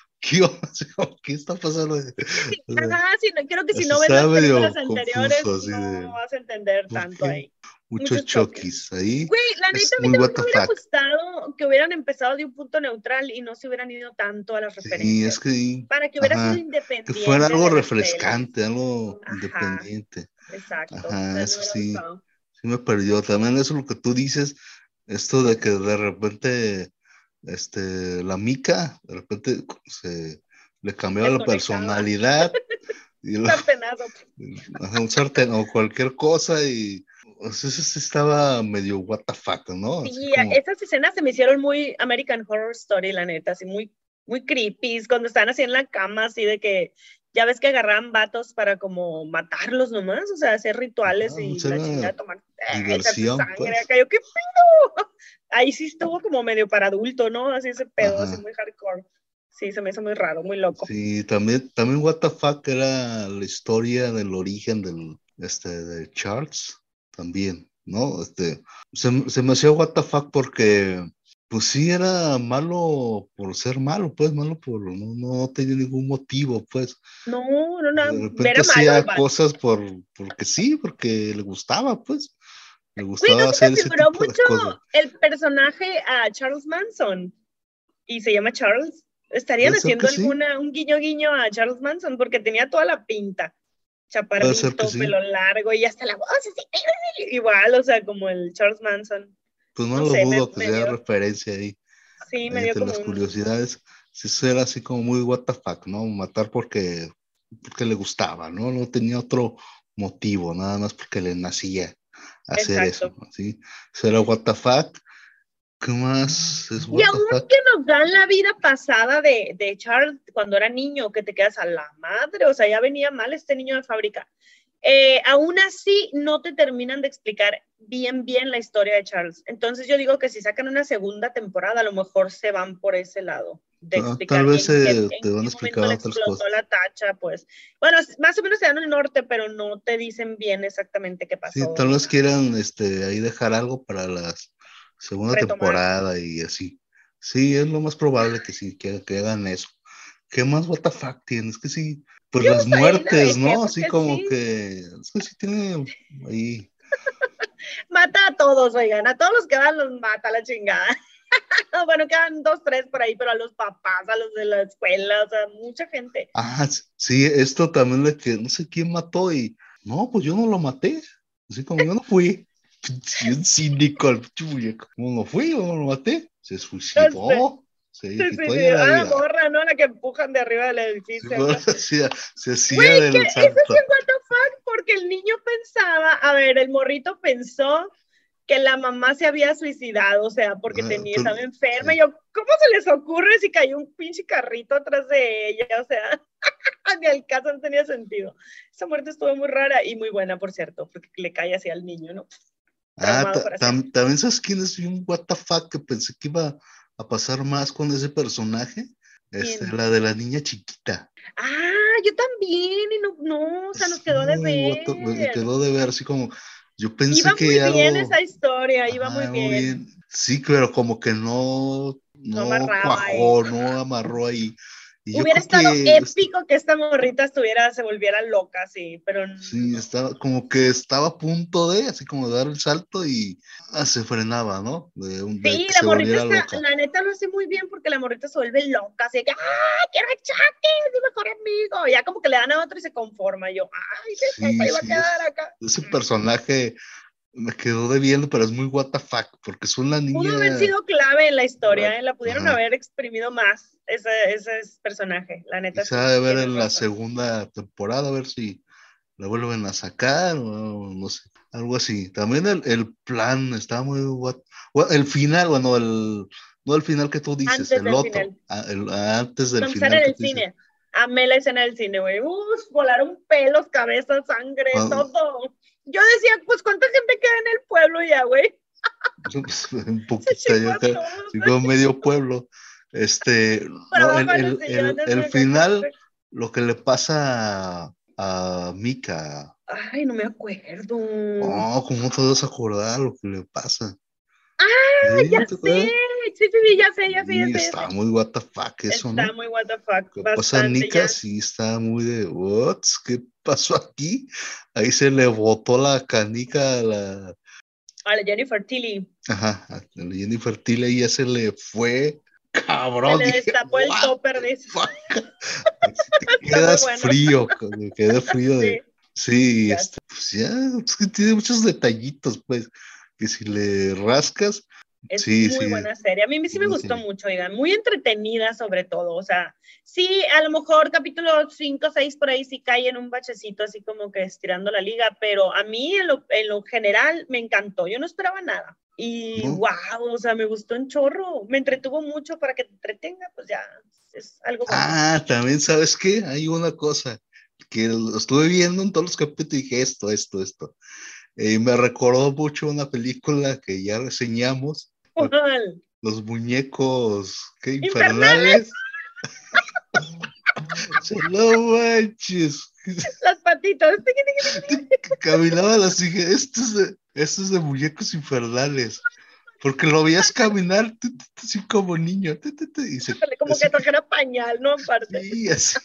¿Qué está pasando? Creo que si no ves las películas anteriores, confuso, no vas a entender tanto ahí. Muchos Chuckys ahí. Güey, la neta, a mí también me hubiera gustado que hubieran empezado de un punto neutral y no se hubieran ido tanto a las referencias. Es que, para que hubiera sido independiente. Que fuera algo refrescante, algo independiente. Exacto. Eso sí, sí me perdió. También eso es lo que tú dices, esto de que de repente, la Mika, de repente le cambiaba la personalidad. Y un sartén o cualquier cosa y eso estaba medio what the fuck, ¿no? Sí, esas escenas se me hicieron muy American Horror Story, la neta, así muy, muy creepy, cuando están así en la cama, así de que ya ves que agarraban vatos para como matarlos nomás, o sea, hacer rituales y la chingada tomar diversión, sangre, pues. acá yo, ¿qué pedo? Ahí sí estuvo como medio para adulto, ¿no? Así ese pedo, así muy hardcore. Sí, se me hizo muy raro, muy loco. Sí, también what the fuck era la historia del origen de Charles, también, ¿no? Se me hacía what the fuck porque Pues sí, era malo por ser malo, pues malo por no tenía ningún motivo, pues. No, no, De no, repente era malo el hacía vato. cosas porque sí, porque le gustaba, pues. Le Güey, ¿no gustaba se te hacer ese figuró tipo de mucho cosas. el personaje a Charles Manson? Y se llama Charles. Estarían Puede ser que haciendo sí, un guiño guiño a Charles Manson porque tenía toda la pinta. puede ser que Chaparrito, sí. pelo largo y hasta la voz así, igual, o sea, como el Charles Manson. Pues no No lo sé, dudo que me sea dio, referencia ahí. sí, me dio Entre como las un curiosidades, si eso era así como muy what the fuck, ¿no? Matar porque le gustaba, ¿no? No tenía otro motivo, nada más porque le nacía hacer eso, exacto. ¿sí? Eso era what the fuck. ¿Qué más es Y what the aún fuck? que nos dan la vida pasada de Charles cuando era niño, que te quedas a la madre, o sea, ya venía mal este niño de fábrica. Aún así no te terminan de explicar bien la historia de Charles. Entonces yo digo que si sacan una segunda temporada, a lo mejor se van por ese lado, de Tal explicar vez bien te en van a qué explicar momento le otras explotó cosas. la tacha, pues. Bueno, más o menos se dan el norte, pero no te dicen bien exactamente qué Sí, pasó tal ni vez nada. quieran ahí dejar algo para la segunda Retomar. temporada y así. Sí, es lo más probable que sí, que hagan eso. ¿Qué más what the fuck tienes? Que sí, pues Yo las hasta ahí la muertes, dejé ¿no? Así porque como sí, que, es que sí tiene ahí. mata a todos, oigan, a todos los que van los mata la chingada. Bueno, quedan 2, 3 por ahí, pero a los papás, a los de la escuela, o sea, mucha gente. Ah, sí, esto también le que no sé quién mató y no, pues yo no lo maté. Así como yo no fui. Bien cínico el pinche muñeco. Como no fui, yo no lo maté. Se Entonces, suicidó. Se sí, le sí, quitó sí, ya la a la vida. morra, ¿no? La que empujan de arriba del Sí, edificio pues, acá. se hacía Güey, que del eso sí santo. es what the fuck, porque el niño pensaba, a ver, el morrito pensó que la mamá se había suicidado, o sea, porque estaba enferma. Y Sí, yo, ¿cómo se les ocurre si cayó un pinche carrito atrás de ella? O sea, ni al caso no tenía sentido. Esa muerte estuvo muy rara y muy buena, por cierto, porque le cae así al niño, ¿no? Traumado para siempre. también sabes quién es un what the fuck que pensé que iba a pasar más con ese personaje. ¿Quién? La de la niña chiquita. Ah, yo también, y no, o sea, nos Es quedó de muy me ver. quedó de ver, así como, yo Iba pensé muy que bien algo, esa historia, iba muy ajá, muy bien. bien, sí, pero como que No no amarraba, cuajó, no amarró ahí. Y yo Hubiera creo estado que épico que esta morrita se volviera loca, sí, pero sí, no. estaba como que estaba a punto de, así como de dar el salto y se frenaba, ¿no? De Sí, que la se morrita volviera está, loca. la neta lo hace muy bien porque la morrita se vuelve loca, así de que, ¡ah, quiero a Chucky, es mi mejor amigo! Ya como que le dan a otro y se conforma. Yo, ¡ay, neta, Sí, iba a sí, quedar acá! ese personaje me quedó debiendo, pero es muy what the fuck, porque es una Pudo haber niña, sido clave en la historia, ¿eh? La pudieron ajá, haber exprimido más, ese personaje, la neta quizá sí, de ver tienes en la razón. segunda temporada, a ver si la vuelven a sacar, o no sé, algo así. También el plan está muy el final, bueno, no el final que tú dices, Antes el del otro, final. antes del Cuando están final en que el tú dices. cine. Amé la escena del cine, güey. Volaron pelos, cabezas, sangre, Cuando- todo. Yo decía, pues, ¿cuánta gente queda en el pueblo ya, güey? un Se poquito, chingó yo a creo, todos, sí, güey. como medio pueblo. Por No, abajo de los sillones, el me cachó. final, lo que le pasa a Mika, Ay, no me acuerdo. oh, ¿cómo te vas a acordar lo que le pasa? Ah, ¿Sí? ya ¿No te sé. acuerdas? Sí, sí, sí, ya sé, ya sé, ya Y sé, ya está sé. muy what the fuck eso, Está ¿no? muy what the fuck, ¿Qué pasa, bastante Nika? ya. Sí, está muy de, what? ¿Qué pasó aquí? Ahí se le botó la canica a A la Jennifer Tilly. ajá, a la Jennifer Tilly y ya se le fue, Se cabrón, le dije, destapó el what topper, the dice. fuck? Ahí sí te Está muy quedas bueno. frío, me quedé frío de, Sí, sí, ya sé. pues ya, es que tiene muchos detallitos, pues, que si le rascas, Es sí, muy sí, buena serie. A mí sí me no gustó tiene. mucho, oigan. Muy entretenida sobre todo. O sea, sí, a lo mejor capítulo 5 6 por ahí sí cae en un bachecito así como que estirando la liga, pero a mí en lo general me encantó. Yo no esperaba nada. Y ¿No? wow, o sea, me gustó un chorro. Me entretuvo mucho para que te entretenga, pues ya es algo bueno. Ah, también, ¿sabes qué? Hay una cosa que lo estuve viendo en todos los capítulos y dije esto. Me recordó mucho una película que ya reseñamos, ¿Cuál? los muñecos, ¿qué? Infernales, Infernales. No manches. las patitas. Caminaban así, esto es de muñecos infernales. Porque lo veías caminar así como niño. Como así, que trajera pañal, ¿no? Aparte. sí, así.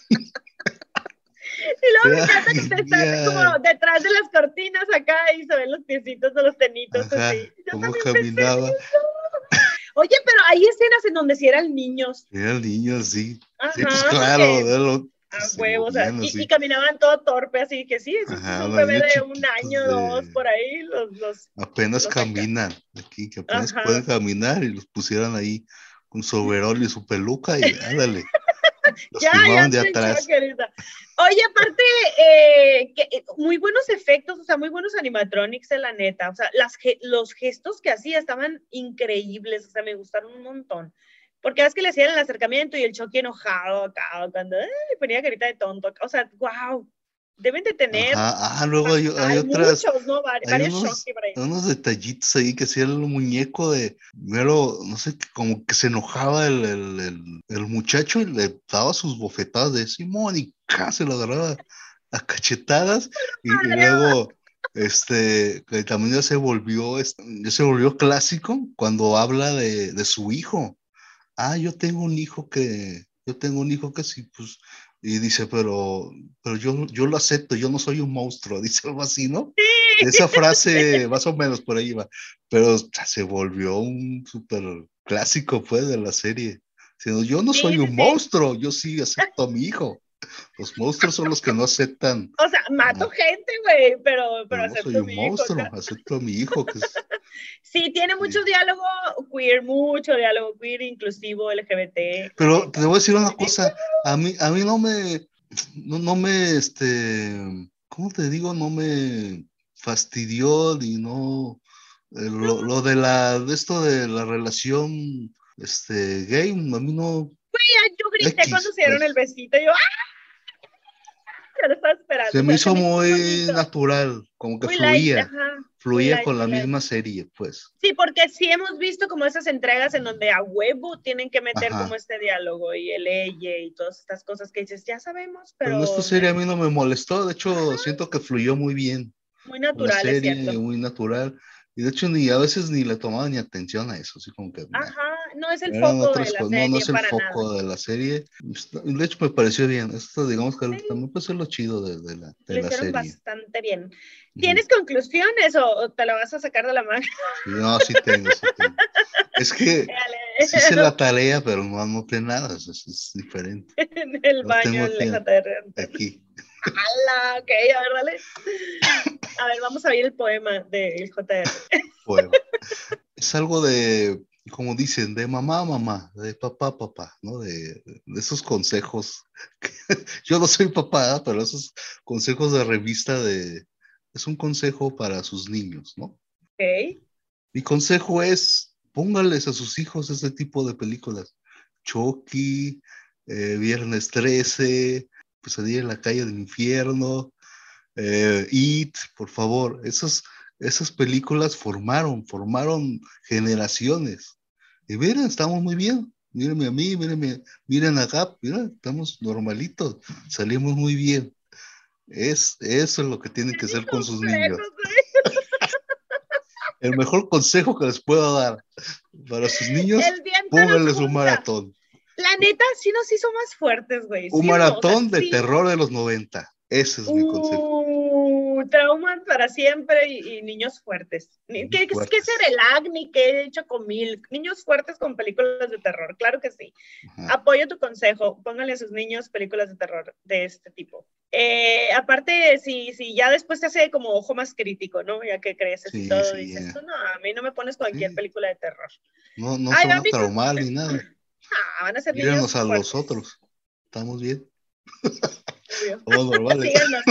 Y luego me Era encanta que está como genial. detrás de las cortinas acá y se ven los piecitos de los tenitos así. Ajá, Yo cómo también pensé en caminaba. eso. Oye, pero hay escenas en donde sí eran niños. Era el niño así. Sí, pues Ajá, claro, porque pues, a se huevo, o sea, movían y así. caminaban todo torpe, así que sí, esos Ajá, son los bebé niños de un chiquitos año, dos, por ahí, apenas los acá. caminan, aquí, que apenas pueden Ajá, caminar y los pusieran ahí con su overol y su peluca y ándale, los ya filmaban de estoy en shock atrás. ahorita. Oye, aparte, muy buenos efectos, o sea, muy buenos animatronics, la neta, o sea, los gestos que hacía estaban increíbles, o sea, me gustaron un montón. Porque es que le hacían el acercamiento y el Chucky enojado acá, cuando ponía carita de tonto acá, o sea, wow, deben de tener, Ajá, luego hay hay otras, muchos, ¿no? hay Varios unos, Chucky por ahí. unos detallitos ahí que hacía el muñeco de, mero, no sé, como que se enojaba el muchacho y le daba sus bofetadas de Simón y se lo agarraba a cachetadas y luego que también ya se volvió clásico cuando habla de su hijo. Yo tengo un hijo que sí, pues, y dice, pero yo lo acepto, yo no soy un monstruo, dice algo así, ¿no? Esa frase, más o menos por ahí va, pero se volvió un súper clásico, pues, de la serie. Diciendo, yo no Sí, soy sí, un sí. monstruo, yo sí acepto a mi hijo. Los monstruos son los que no aceptan. O sea, mato No, gente, güey, pero pero no soy acepto a un mi hijo monstruo, acá. acepto a mi hijo, que es. Sí, tiene Sí. mucho diálogo queer, inclusivo, LGBT, la Pero te neta. voy a decir una Muy bien. cosa, a mí no me, ¿cómo te digo? No me fastidió ni no, lo de esto de la relación, gay, a mí no, Yo grité cuando X, se dieron el pues, besito. Yo, ¡ah! Yo lo estaba se esperando. me Se hizo me hizo muy muy bonito. natural, como que Muy light, fluía, ajá. Muy fluía light, con muy la light. misma serie, pues, Sí, porque sí hemos visto como esas entregas en donde a huevo tienen que meter como ajá. este diálogo y el ella y todas estas cosas que dices, ya sabemos, Pero en esta pero serie a mí no me molestó, de hecho, siento que fluyó muy bien. muy Con la natural, es serie, cierto. muy natural. Y de hecho, a veces ni le tomaba ni atención a eso, así como que Ajá, no es el eran foco de otras la cosas, no, no serie es el para nada. foco de la serie. De hecho, me pareció bien. Esto, digamos que Sí, también puede ser lo chido de la, de lo la hicieron serie. bastante bien. Ujú. ¿Tienes conclusiones o te la vas a sacar de la manga? Sí, no, sí tengo, sí tengo. Es que sí sé la tarea, pero no anoté nada, es diferente. En el Lo baño, tengo en el aquí, JR. aquí. ¡Hala! Ok, a ver, dale. A ver, vamos a ver el poema del JR. Bueno, es algo de, como dicen, de mamá a mamá, de papá a papá, ¿no? De esos consejos. Yo no soy papá, pero esos consejos de revista es un consejo para sus niños, ¿no? Ok. Mi consejo es, póngales a sus hijos este tipo de películas. Chucky, Viernes 13, Pesadilla en la calle del infierno, It, por favor, esas películas formaron generaciones. Y miren, estamos muy bien. Mírenme a mí, miren a Gap, mira, estamos normalitos, salimos muy bien. Eso es lo que tienen que Bien hacer con sus niños. complejos, güey. El mejor consejo que les puedo dar para sus niños, El viento nos pónganles un junta. maratón. La neta, sí nos hizo más fuertes, güey. Un ¿Sí o no? O sea, maratón de sí. terror de los 90. Ese es mi consejo. Traumas para siempre y niños fuertes. Niños ¿Qué ser fuertes. el Agni? ¿Qué he hecho con Mil? Niños fuertes con películas de terror, claro que sí. Ajá. Apoyo tu consejo, pónganle a sus niños películas de terror de este tipo. Aparte, si ya después te hace como ojo más crítico, ¿no? Ya que creces y Sí, todo, sí, dices, tú no, a mí no me pones cualquier sí. película de terror. No, no se Ay, van a a mí, traumar ni nada. van a ser Mírenos niños a los fuertes, otros. Estamos bien. obvio. Todos normales. Síganos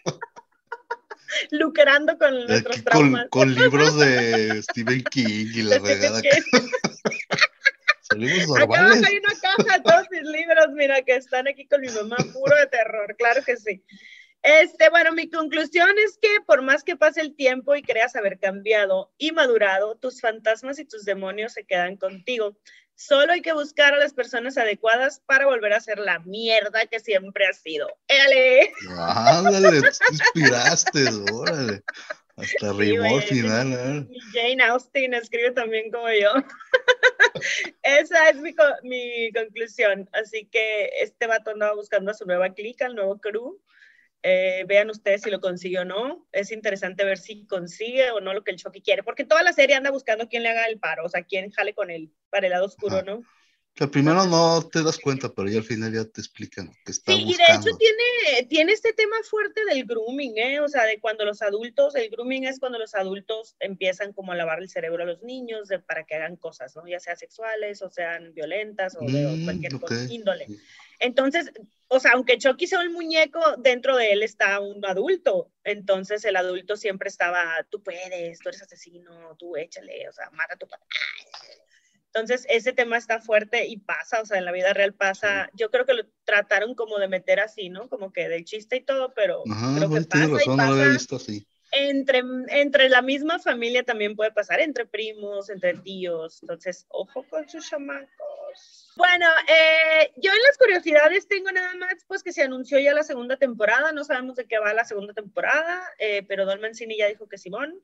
lucrando con nuestros Aquí traumas con libros de Stephen King y la de Stephen regada. King. Salimos Acá abajo normales. hay una caja de todos mis libros, mira, que están aquí con mi mamá, puro de terror, claro que sí. Bueno, mi conclusión es que por más que pase el tiempo y creas haber cambiado y madurado, tus fantasmas y tus demonios se quedan contigo. Solo hay que buscar a las personas adecuadas para volver a ser la mierda que siempre has sido. ¡Éale! Ándale, tú te inspiraste, órale. Hasta Sí, rimó al güey, final, ¿eh? y Jane Austen escribe también como yo. Esa es mi conclusión. Así que este vato andaba buscando a su nueva clica, al nuevo crew. Vean ustedes si lo consigue o no. Es interesante ver si consigue o no lo que el Chucky quiere, porque toda la serie anda buscando quién le haga el paro, o sea, quién jale con él para el lado oscuro, Ajá. ¿no? Que primero Entonces, no te das cuenta, pero ya al final ya te explican que está sí, y de hecho buscando. tiene este tema fuerte del grooming, ¿eh? O sea, de cuando los adultos, el grooming es cuando los adultos empiezan como a lavar el cerebro a los niños para que hagan cosas, ¿no? Ya sean sexuales o sean violentas o de cualquier Ok. índole. Sí. Entonces, o sea, aunque Chucky sea un muñeco, dentro de él está un adulto. Entonces el adulto siempre estaba, tú puedes, tú eres asesino, tú échale, o sea, mata a tu papá. Entonces, ese tema está fuerte y pasa, o sea, en la vida real pasa. Sí. Yo creo que lo trataron como de meter así, ¿no? Como que del chiste y todo, pero Ajá, creo que güey, tienes pasa y razón, no lo había pasa visto así. entre la misma familia también puede pasar, entre primos, entre tíos. Entonces, ojo con sus chamacos. Bueno, yo en las curiosidades tengo nada más, pues que se anunció ya la segunda temporada, no sabemos de qué va la segunda temporada, pero Don Mancini ya dijo que Simón.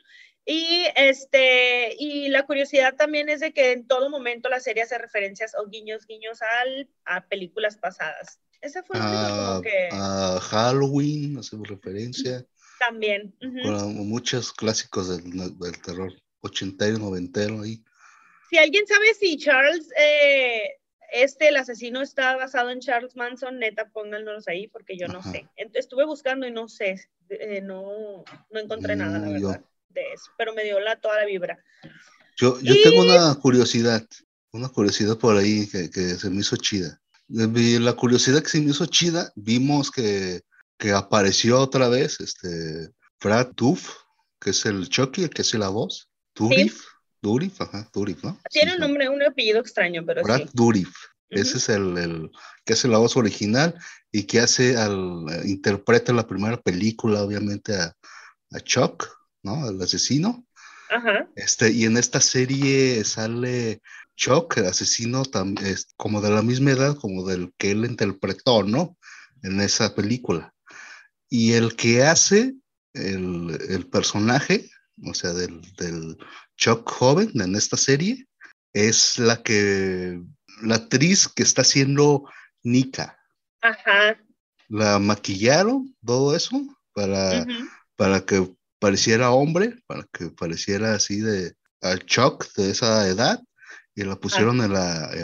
Y la curiosidad también es de que en todo momento la serie hace referencias o guiños a películas pasadas. Ese fue el único como que A Halloween, hacemos referencia. también. Con muchos clásicos del terror ochentero, noventero ahí. Si alguien sabe si Charles, el asesino está basado en Charles Manson, neta, pónganlos ahí porque yo no Ajá. sé. Estuve buscando y no sé, no encontré nada, la verdad, de eso, pero me dio toda la vibra. Yo tengo una curiosidad por ahí que se me hizo chida. La curiosidad que se me hizo chida, vimos que apareció otra vez Brad Dourif, que es el Chucky, el que hace la voz. Dourif, ajá, Dourif, ¿no? Tiene Sí, un nombre, un apellido extraño, pero Brad sí. Dourif. Ese es el que hace la voz original y que interpreta la primera película, obviamente, a Chuck, ¿no? Al asesino. Ajá. Y en esta serie sale Chuck, el asesino, como de la misma edad como del que él interpretó, ¿no? En esa película. Y el que hace el personaje, o sea, del Chuck joven en esta serie, es la actriz que está haciendo Nika. Ajá. La maquillaron, todo eso, para que pareciera hombre, para que pareciera así al Chuck de esa edad, y la pusieron en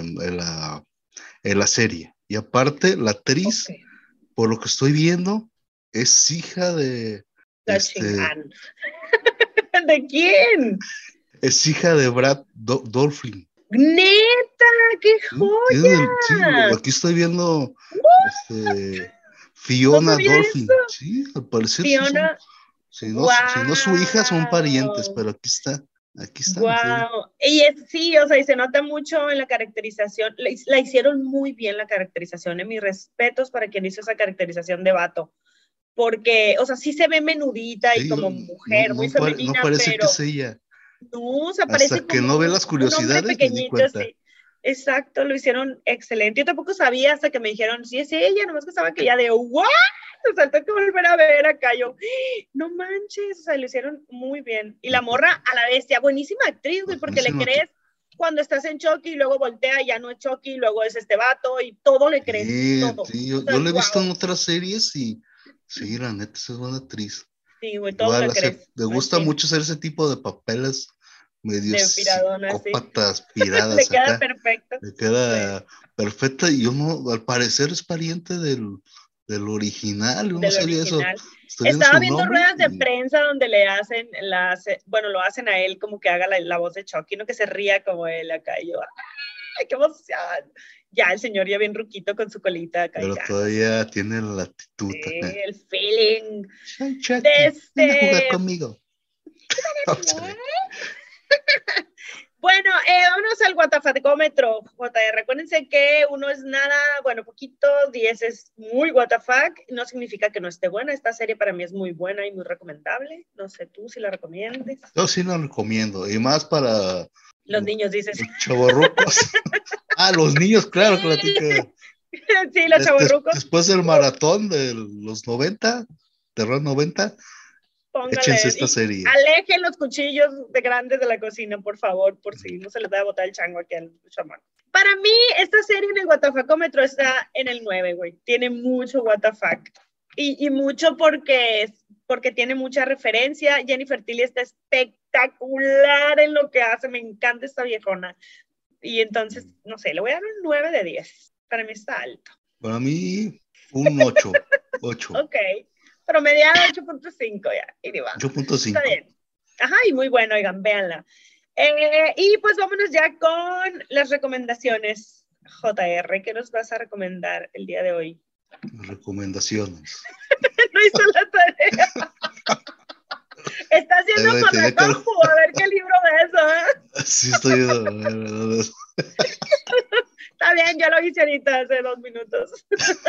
la serie. Y aparte, la actriz, por lo que estoy viendo, es hija de... ¿De quién? Es hija de Brad Dourif. ¡Neta! ¡Qué joya! Sí, aquí estoy viendo ¿No Fiona sabía Dourif. eso? Sí, al parecer sí son... Fiona. Si no su hija, son parientes, pero aquí está. Wow. Y sí, o sea, y se nota mucho en la caracterización. La hicieron muy bien la caracterización. Mis respetos para quien hizo esa caracterización de vato. Porque, o sea, sí se ve menudita y como mujer, muy femenina, no parece pero que es ella. no, o sea, Hasta parece que como no ve las un hombre curiosidades me di pequeñito, cuenta. sí. Exacto, lo hicieron excelente. Yo tampoco sabía hasta que me dijeron, sí, es ella, nomás que estaba que ya de, ¿what? O sea, tengo que volver a ver acá. Yo, no manches, o sea, lo hicieron muy bien. Y la morra a la bestia, buenísima actriz, güey, porque le crees cuando estás en Chucky y luego voltea, ya no es Chucky, luego es este vato y todo le crees. Sí, todo. sí, yo lo he visto en otras series y sí, la neta, es buena actriz. Sí, güey, todo le crees. Le gusta mucho hacer ese tipo de papeles medio psicópatas, piradas. Le queda perfecto. Le queda perfecta y yo no, al parecer es pariente del original, yo no sabía eso. Estaba viendo ruedas de prensa donde le hacen lo hacen a él como que haga la voz de Chucky, no que se ría como él acá y yo, ¡ay, qué emoción! Ya el señor ya bien ruquito con su colita acá. Pero todavía tiene la actitud. Sí, el feeling. Soy Chucky, ven a jugar conmigo. Bueno, vámonos al WTFcómetro, JR. Recuérdense que 1 es nada, bueno, poquito, 10 es muy WTF. No significa que no esté buena. Esta serie para mí es muy buena y muy recomendable. No sé tú si la recomiendes. Yo sí la recomiendo, y más para los niños, dices. Los chavorrucos. Los niños, claro, que sí, los chavorrucos. Después del maratón de los 90, terror 90, Échense Póngale. esta serie. Alejen los cuchillos de grandes de la cocina, por favor, por si no se les va a botar el chango aquí al chamán. Para mí, esta serie en el WTFcómetro está en el 9, güey. Tiene mucho WTF. Y mucho porque tiene mucha referencia. Jennifer Tilly está espectacular en lo que hace. Me encanta esta viejona. Y entonces, no sé, le voy a dar un 9 de 10. Para mí está alto. Para mí, un 8. 8. Ok. Promediado 8.5 ya. Y va. 8.5. Está bien. Ajá, y muy bueno, oigan, véanla. Y pues vámonos ya con las recomendaciones. JR, ¿qué nos vas a recomendar el día de hoy? Recomendaciones. No hizo la tarea. Está haciendo con la compu, a ver qué libro de eso, ¿eh? Sí, estoy viendo. Está bien, ya lo hice ahorita, hace 2 minutos.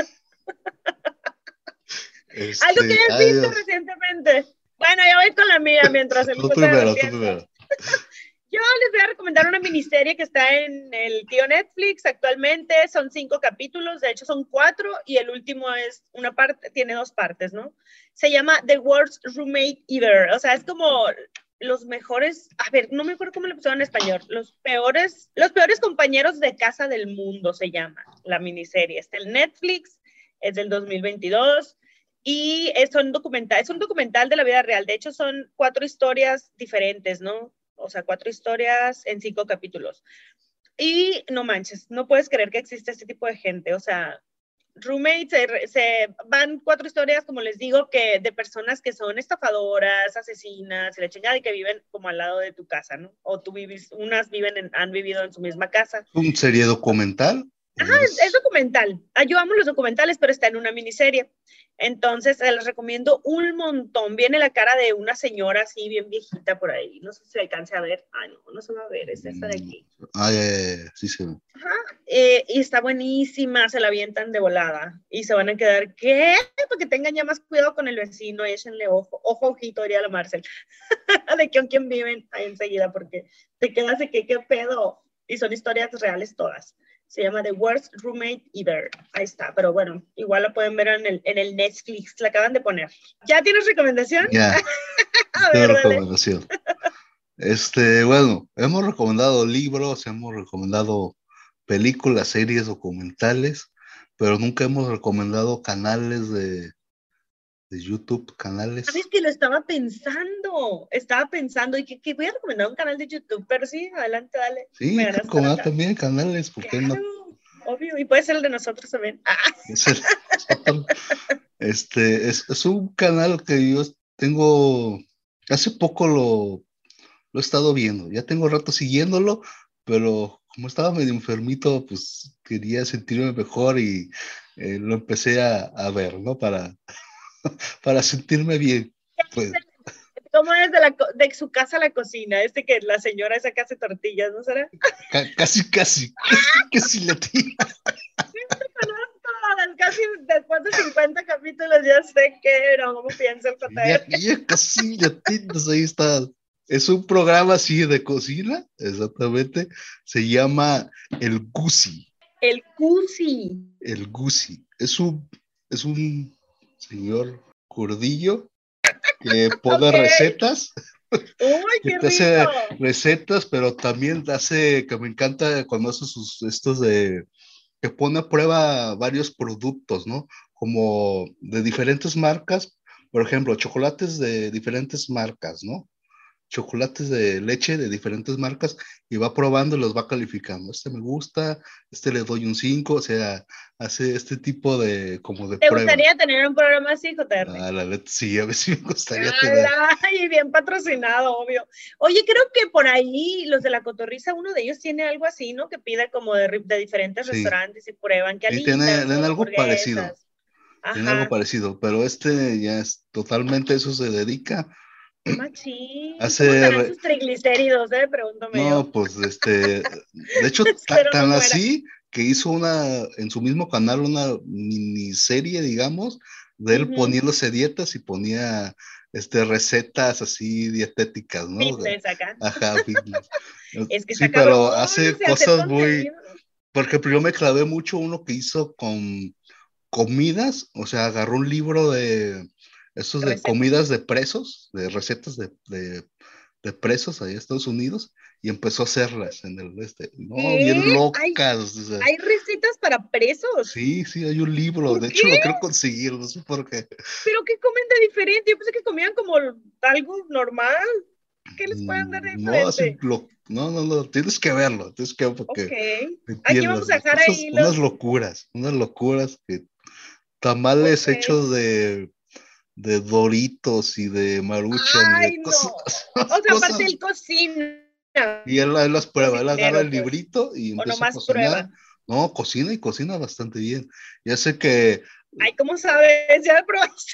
¿Algo que hayas visto recientemente? Bueno, yo voy con la mía mientras el tú primero. Yo les voy a recomendar una miniserie que está en el tío Netflix actualmente. Son 5 capítulos, de hecho son 4 y el último es una parte, tiene 2 partes, ¿no? Se llama The Worst Roommate Ever. O sea, es como los mejores, a ver, no me acuerdo cómo le pusieron en español, los peores compañeros de casa del mundo se llama la miniserie. Está en Netflix, es del 2022. Y es un documental de la vida real. De hecho, son 4 historias diferentes, ¿no? O sea, 4 historias en 5 capítulos. Y no manches, no puedes creer que existe este tipo de gente. O sea, roommates, se van 4 historias, como les digo, que de personas que son estafadoras, asesinas, y la chingada, y que viven como al lado de tu casa, ¿no? O tú vives, unas han vivido en su misma casa. ¿Un serie documental? Ajá, es documental. Yo amo los documentales, pero está en una miniserie. Entonces, se los recomiendo un montón. Viene la cara de una señora así, bien viejita por ahí. No sé si se alcance a ver. Ay, no se va a ver. Es esta de aquí. Sí se ve. Ajá. Y está buenísima. Se la avientan de volada. Y se van a quedar, ¿qué? Porque tengan ya más cuidado con el vecino. Échenle ojito, diría la Marcel. De con quién viven ahí enseguida, porque te quedas de que, ¿qué pedo? Y son historias reales todas. Se llama The Worst Roommate Ever. Ahí está, pero bueno, igual lo pueden ver en el Netflix. La acaban de poner. ¿Ya tienes recomendación? Ya. Tengo recomendación. Bueno, hemos recomendado libros, hemos recomendado películas, series, documentales, pero nunca hemos recomendado canales de YouTube, canales. ¿Sabes que lo estaba pensando y que voy a recomendar un canal de YouTube, pero sí, adelante, dale. Sí, recomendar también canales, ¿por qué no? Obvio, y puede ser el de nosotros también. Es un canal que yo tengo, hace poco lo he estado viendo, ya tengo rato siguiéndolo, pero como estaba medio enfermito, pues quería sentirme mejor y lo empecé a ver, ¿no? Para sentirme bien. Pues. ¿Cómo es de su casa a la cocina? Que la señora esa que hace tortillas, ¿no será? Casi le tira. Casi después de 50 capítulos ya sé qué era, cómo piensa el JR. Ya casi le atiendes, ahí está. Es un programa así de cocina, exactamente. Se llama El Gusi. El Gusi. El Gusi. Es un señor gordillo que pone recetas. ¡Uy, qué rico! Hace recetas, pero también hace, que me encanta cuando hace que pone a prueba varios productos, ¿no? Como de diferentes marcas, por ejemplo, chocolates de diferentes marcas, ¿no? Chocolates de leche de diferentes marcas y va probando y los va calificando. Me gusta, le doy un 5, o sea, hace este tipo de como de prueba. ¿Te gustaría tener un programa así, JR? La neta, sí, a ver si me gustaría tener. Y bien patrocinado, obvio. Oye, creo que por ahí los de La Cotorrisa, uno de ellos tiene algo así, ¿no? Que pide como de diferentes restaurantes y prueban que tienen algo parecido. Tiene algo parecido, pero ya es totalmente, eso se dedica. Machín. ¿Cómo estarán sus triglicéridos, pregúntame yo. No, pues, de hecho, tan así que hizo en su mismo canal una miniserie, digamos, de él poniéndose dietas y ponía recetas así dietéticas, ¿no? Fitness acá. Ajá, fitness. Es que sí, pero hace cosas muy... Por ejemplo, yo me clavé mucho uno que hizo con comidas, o sea, agarró un libro de esos de Recetas. comidas de presos, de recetas de presos allá en Estados Unidos, y empezó a hacerlas en el no, bien ¿Qué? locas, o sea, ¿Hay recetas para presos? sí, hay un libro, ¿Por de qué? hecho lo quiero conseguir, no sé por qué. ¿Pero qué comen de diferente? Yo pensé que comían como algo normal. ¿Qué les pueden dar de No, así, diferente? no, tienes que verlo, Ok. porque Aquí entiendas, vamos a dejar ahí unas locuras que tamales Ok. hechos de Doritos y de Maruchan y Ay, de no. O sea, aparte cosas, él cocina. y él las prueba, él agarra Cocinero, el pues. librito y O empieza a nomás cocinar. prueba. No, cocina y cocina bastante bien. Ya sé que, Ay, ¿cómo sabes? ¿Ya probaste?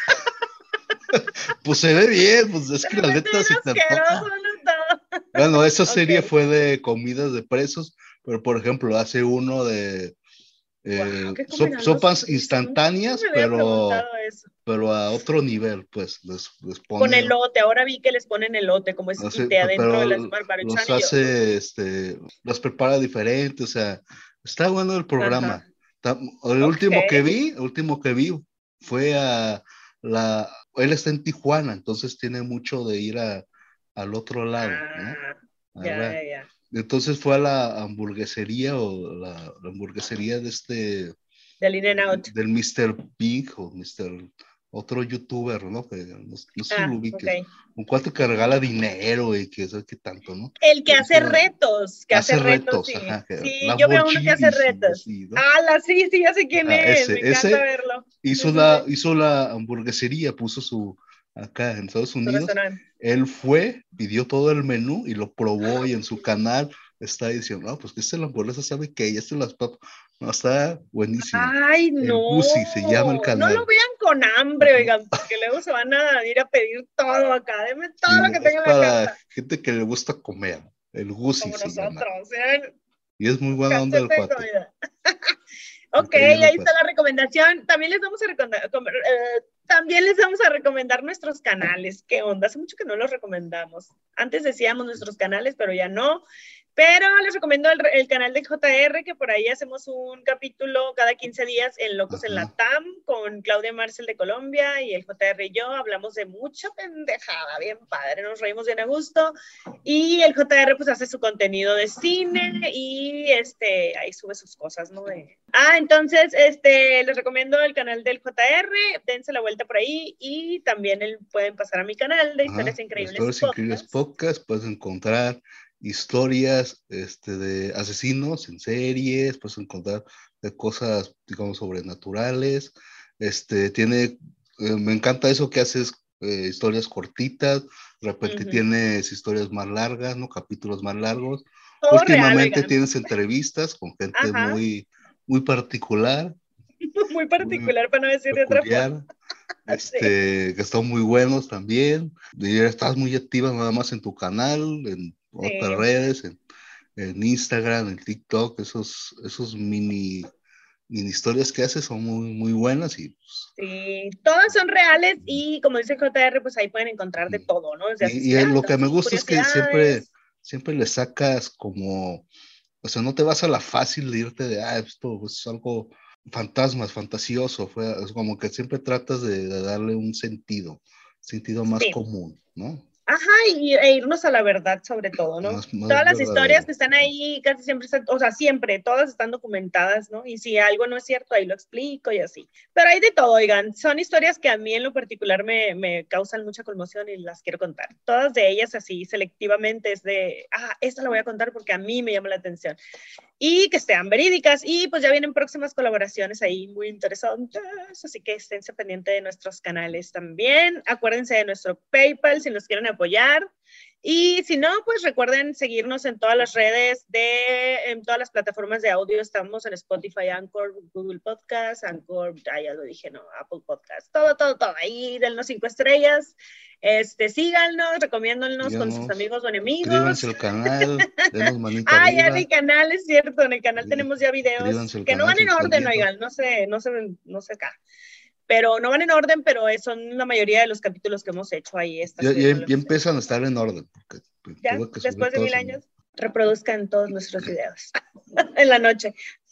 pues se ve bien, pues es De que la repente neta bien se te asqueroso, antoja. ¿no? Bueno, esa Ok. serie fue de comidas de presos, pero por ejemplo, hace uno de Wow, ¿qué comerán los sopas presos? Nunca instantáneas, me había preguntado eso. pero a otro nivel, pues les Con pone, elote, ahora vi que les ponen elote como esquite adentro de pero las Maruchan los y yo. hace, los prepara diferente, o sea, está bueno el Ajá. programa. Ok. El último que vi fue él está en Tijuana, entonces tiene mucho de ir al otro lado, ¿no? Ah, ya, ¿Verdad? ya, ya. Entonces fue a la hamburguesería o la hamburguesería Del In-N-Out. del Mr. Big o Mr. otro youtuber, ¿no? Que no sé si lo Ah, ok. ubiques, un cuate que regala dinero y que sabe qué tanto, ¿no? El que hace Hace retos, retos, sí. ajá, que Sí, yo veo uno que hace Lamborghinis y retos. así, ¿no? Ah, sí, sí, ya sé quién Ajá, es. Me encanta ese verlo. Sí, sí, sí. hizo la hamburguesería, puso acá en Estados Su Unidos, restaurante. él fue, pidió todo el menú y lo probó y en su canal está diciendo, no, pues que la hamburguesa sabe que y las papas, no, está buenísimo. Ay, El Gusi se llama el no. No lo canal. vean con hambre, oigan, porque luego se van a ir a pedir todo acá. Deme todo Sí, lo que es tenga en la para casa. gente que le gusta comer. El Gusi Como se llama. nosotros. ¿Eh? Y es muy buena onda el Cachete de cuate. comida. Me Ok, cae bien el ahí está cuate. la recomendación. También les vamos a recomendar nuestros canales. ¿Qué onda? Hace mucho que no los recomendamos. Antes decíamos nuestros canales, pero ya no. Pero les recomiendo el canal de JR, que por ahí hacemos un capítulo cada 15 días en Locos en la Ajá. TAM con Claudia Marcel de Colombia y el JR y yo. Hablamos de mucha pendejada, bien padre, nos reímos bien a gusto. Y el JR pues hace su contenido de cine y ahí sube sus cosas, ¿no? Entonces, les recomiendo el canal del JR, dense la vuelta por ahí y también pueden pasar a mi canal de Historias Ajá. Las Increíbles Historias Increíbles Podcast. Podcast, puedes encontrar historias de asesinos en series, puedes encontrar de cosas, digamos, sobrenaturales. Me encanta eso que haces, historias cortitas, de repente tienes historias más largas, ¿no? Capítulos más largos. Todo real, Últimamente oigan. tienes entrevistas con gente Ajá. muy particular, Muy muy particular, para no decir de otra forma. peculiar, Sí. que están muy buenos también. Y estás muy activa nada más en tu canal, en otras Sí. redes, en Instagram, en TikTok, esos mini historias que haces son muy buenas y pues, Sí, todas son reales y como dice JR, pues ahí pueden encontrar de todo, ¿no? Desde lo que me asesinatos, gusta es que curiosidades. siempre le sacas como, o sea, no te vas a la fácil de irte esto es algo fantasioso, es como que siempre tratas de darle un sentido más Sí. común, ¿no? Ajá, e irnos a la verdad sobre todo, ¿no? Más Todas las historias verdadero. que están ahí casi siempre están, o sea, siempre, todas están documentadas, ¿no? Y si algo no es cierto, ahí lo explico y así. Pero hay de todo, oigan, son historias que a mí en lo particular me causan mucha conmoción y las quiero contar. Todas de ellas así, selectivamente, es de, esta la voy a contar porque a mí me llama la atención. Y que sean verídicas. Y pues ya vienen próximas colaboraciones ahí muy interesantes, así que esténse pendientes de nuestros canales también. Acuérdense de nuestro PayPal si nos quieren apoyar. Y si no, pues recuerden seguirnos en todas las redes, en todas las plataformas de audio. Estamos en Spotify, Anchor, Google Podcast, Anchor, ya lo dije, no, Apple Podcast, todo. Ahí dennos 5 estrellas. Síganos, recomiéndonos con sus amigos o enemigos. Suscríbanse al canal, denos manita Ya en arriba. el canal, es cierto, en el canal tenemos ya videos Suscríbanse al que no canal van si en no están orden, viendo. oigan, no sé acá. Pero no van en orden, pero son la mayoría de los capítulos que hemos hecho ahí. Ya empiezan a estar en orden, porque Ya, tuve que subir después de todos 1000 años, reproduzcan todos nuestros videos en la noche.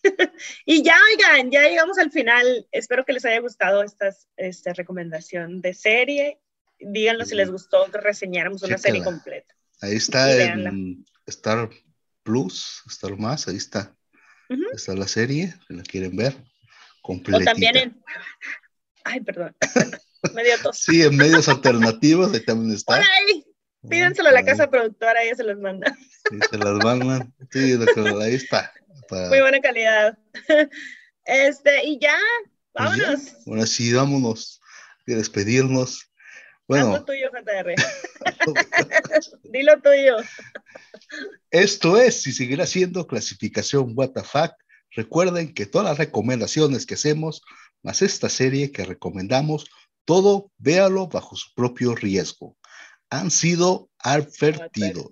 Y ya, oigan, ya llegamos al final. Espero que les haya gustado esta recomendación de serie. Díganos si les gustó que reseñáramos una serie completa. Ahí está en Star Plus, Star Más, ahí está. Está la serie, si la quieren ver, completita. O también en... Ay, perdón. Medio tos. Sí, en medios alternativos, ahí también está. Por ahí. Pídenselo a la casa productora, ella se los manda. Sí, se las mandan. Sí, ahí está. Muy buena calidad. Y ya, vámonos. Pues ya. Bueno, sí, vámonos. Y despedirnos. Bueno. Haz lo tuyo, JR. Dilo tuyo. Esto es, y seguirá siendo clasificación WTF. Recuerden que todas las recomendaciones que hacemos, más esta serie que recomendamos, todo véalo bajo su propio riesgo. Han sido advertidos.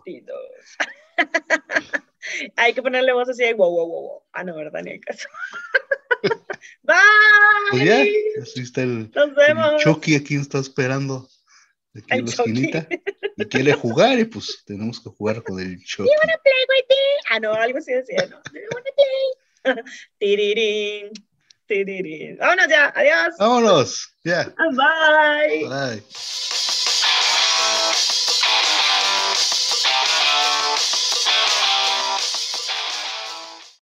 Hay que ponerle voz así de wow, wow, wow, wow. Ah, no, ¿verdad? Ni el caso. Bye. Pues ya, así está Nos vemos. El Chucky aquí está esperando. Aquí en la esquinita. Y quiere jugar y pues tenemos que jugar con el Chucky. You wanna play with me? Ah, no, algo así decía, ¿no? You wanna play? Tirirín, tirirín. Vámonos ya, adiós. Vámonos, ya. Bye. Bye.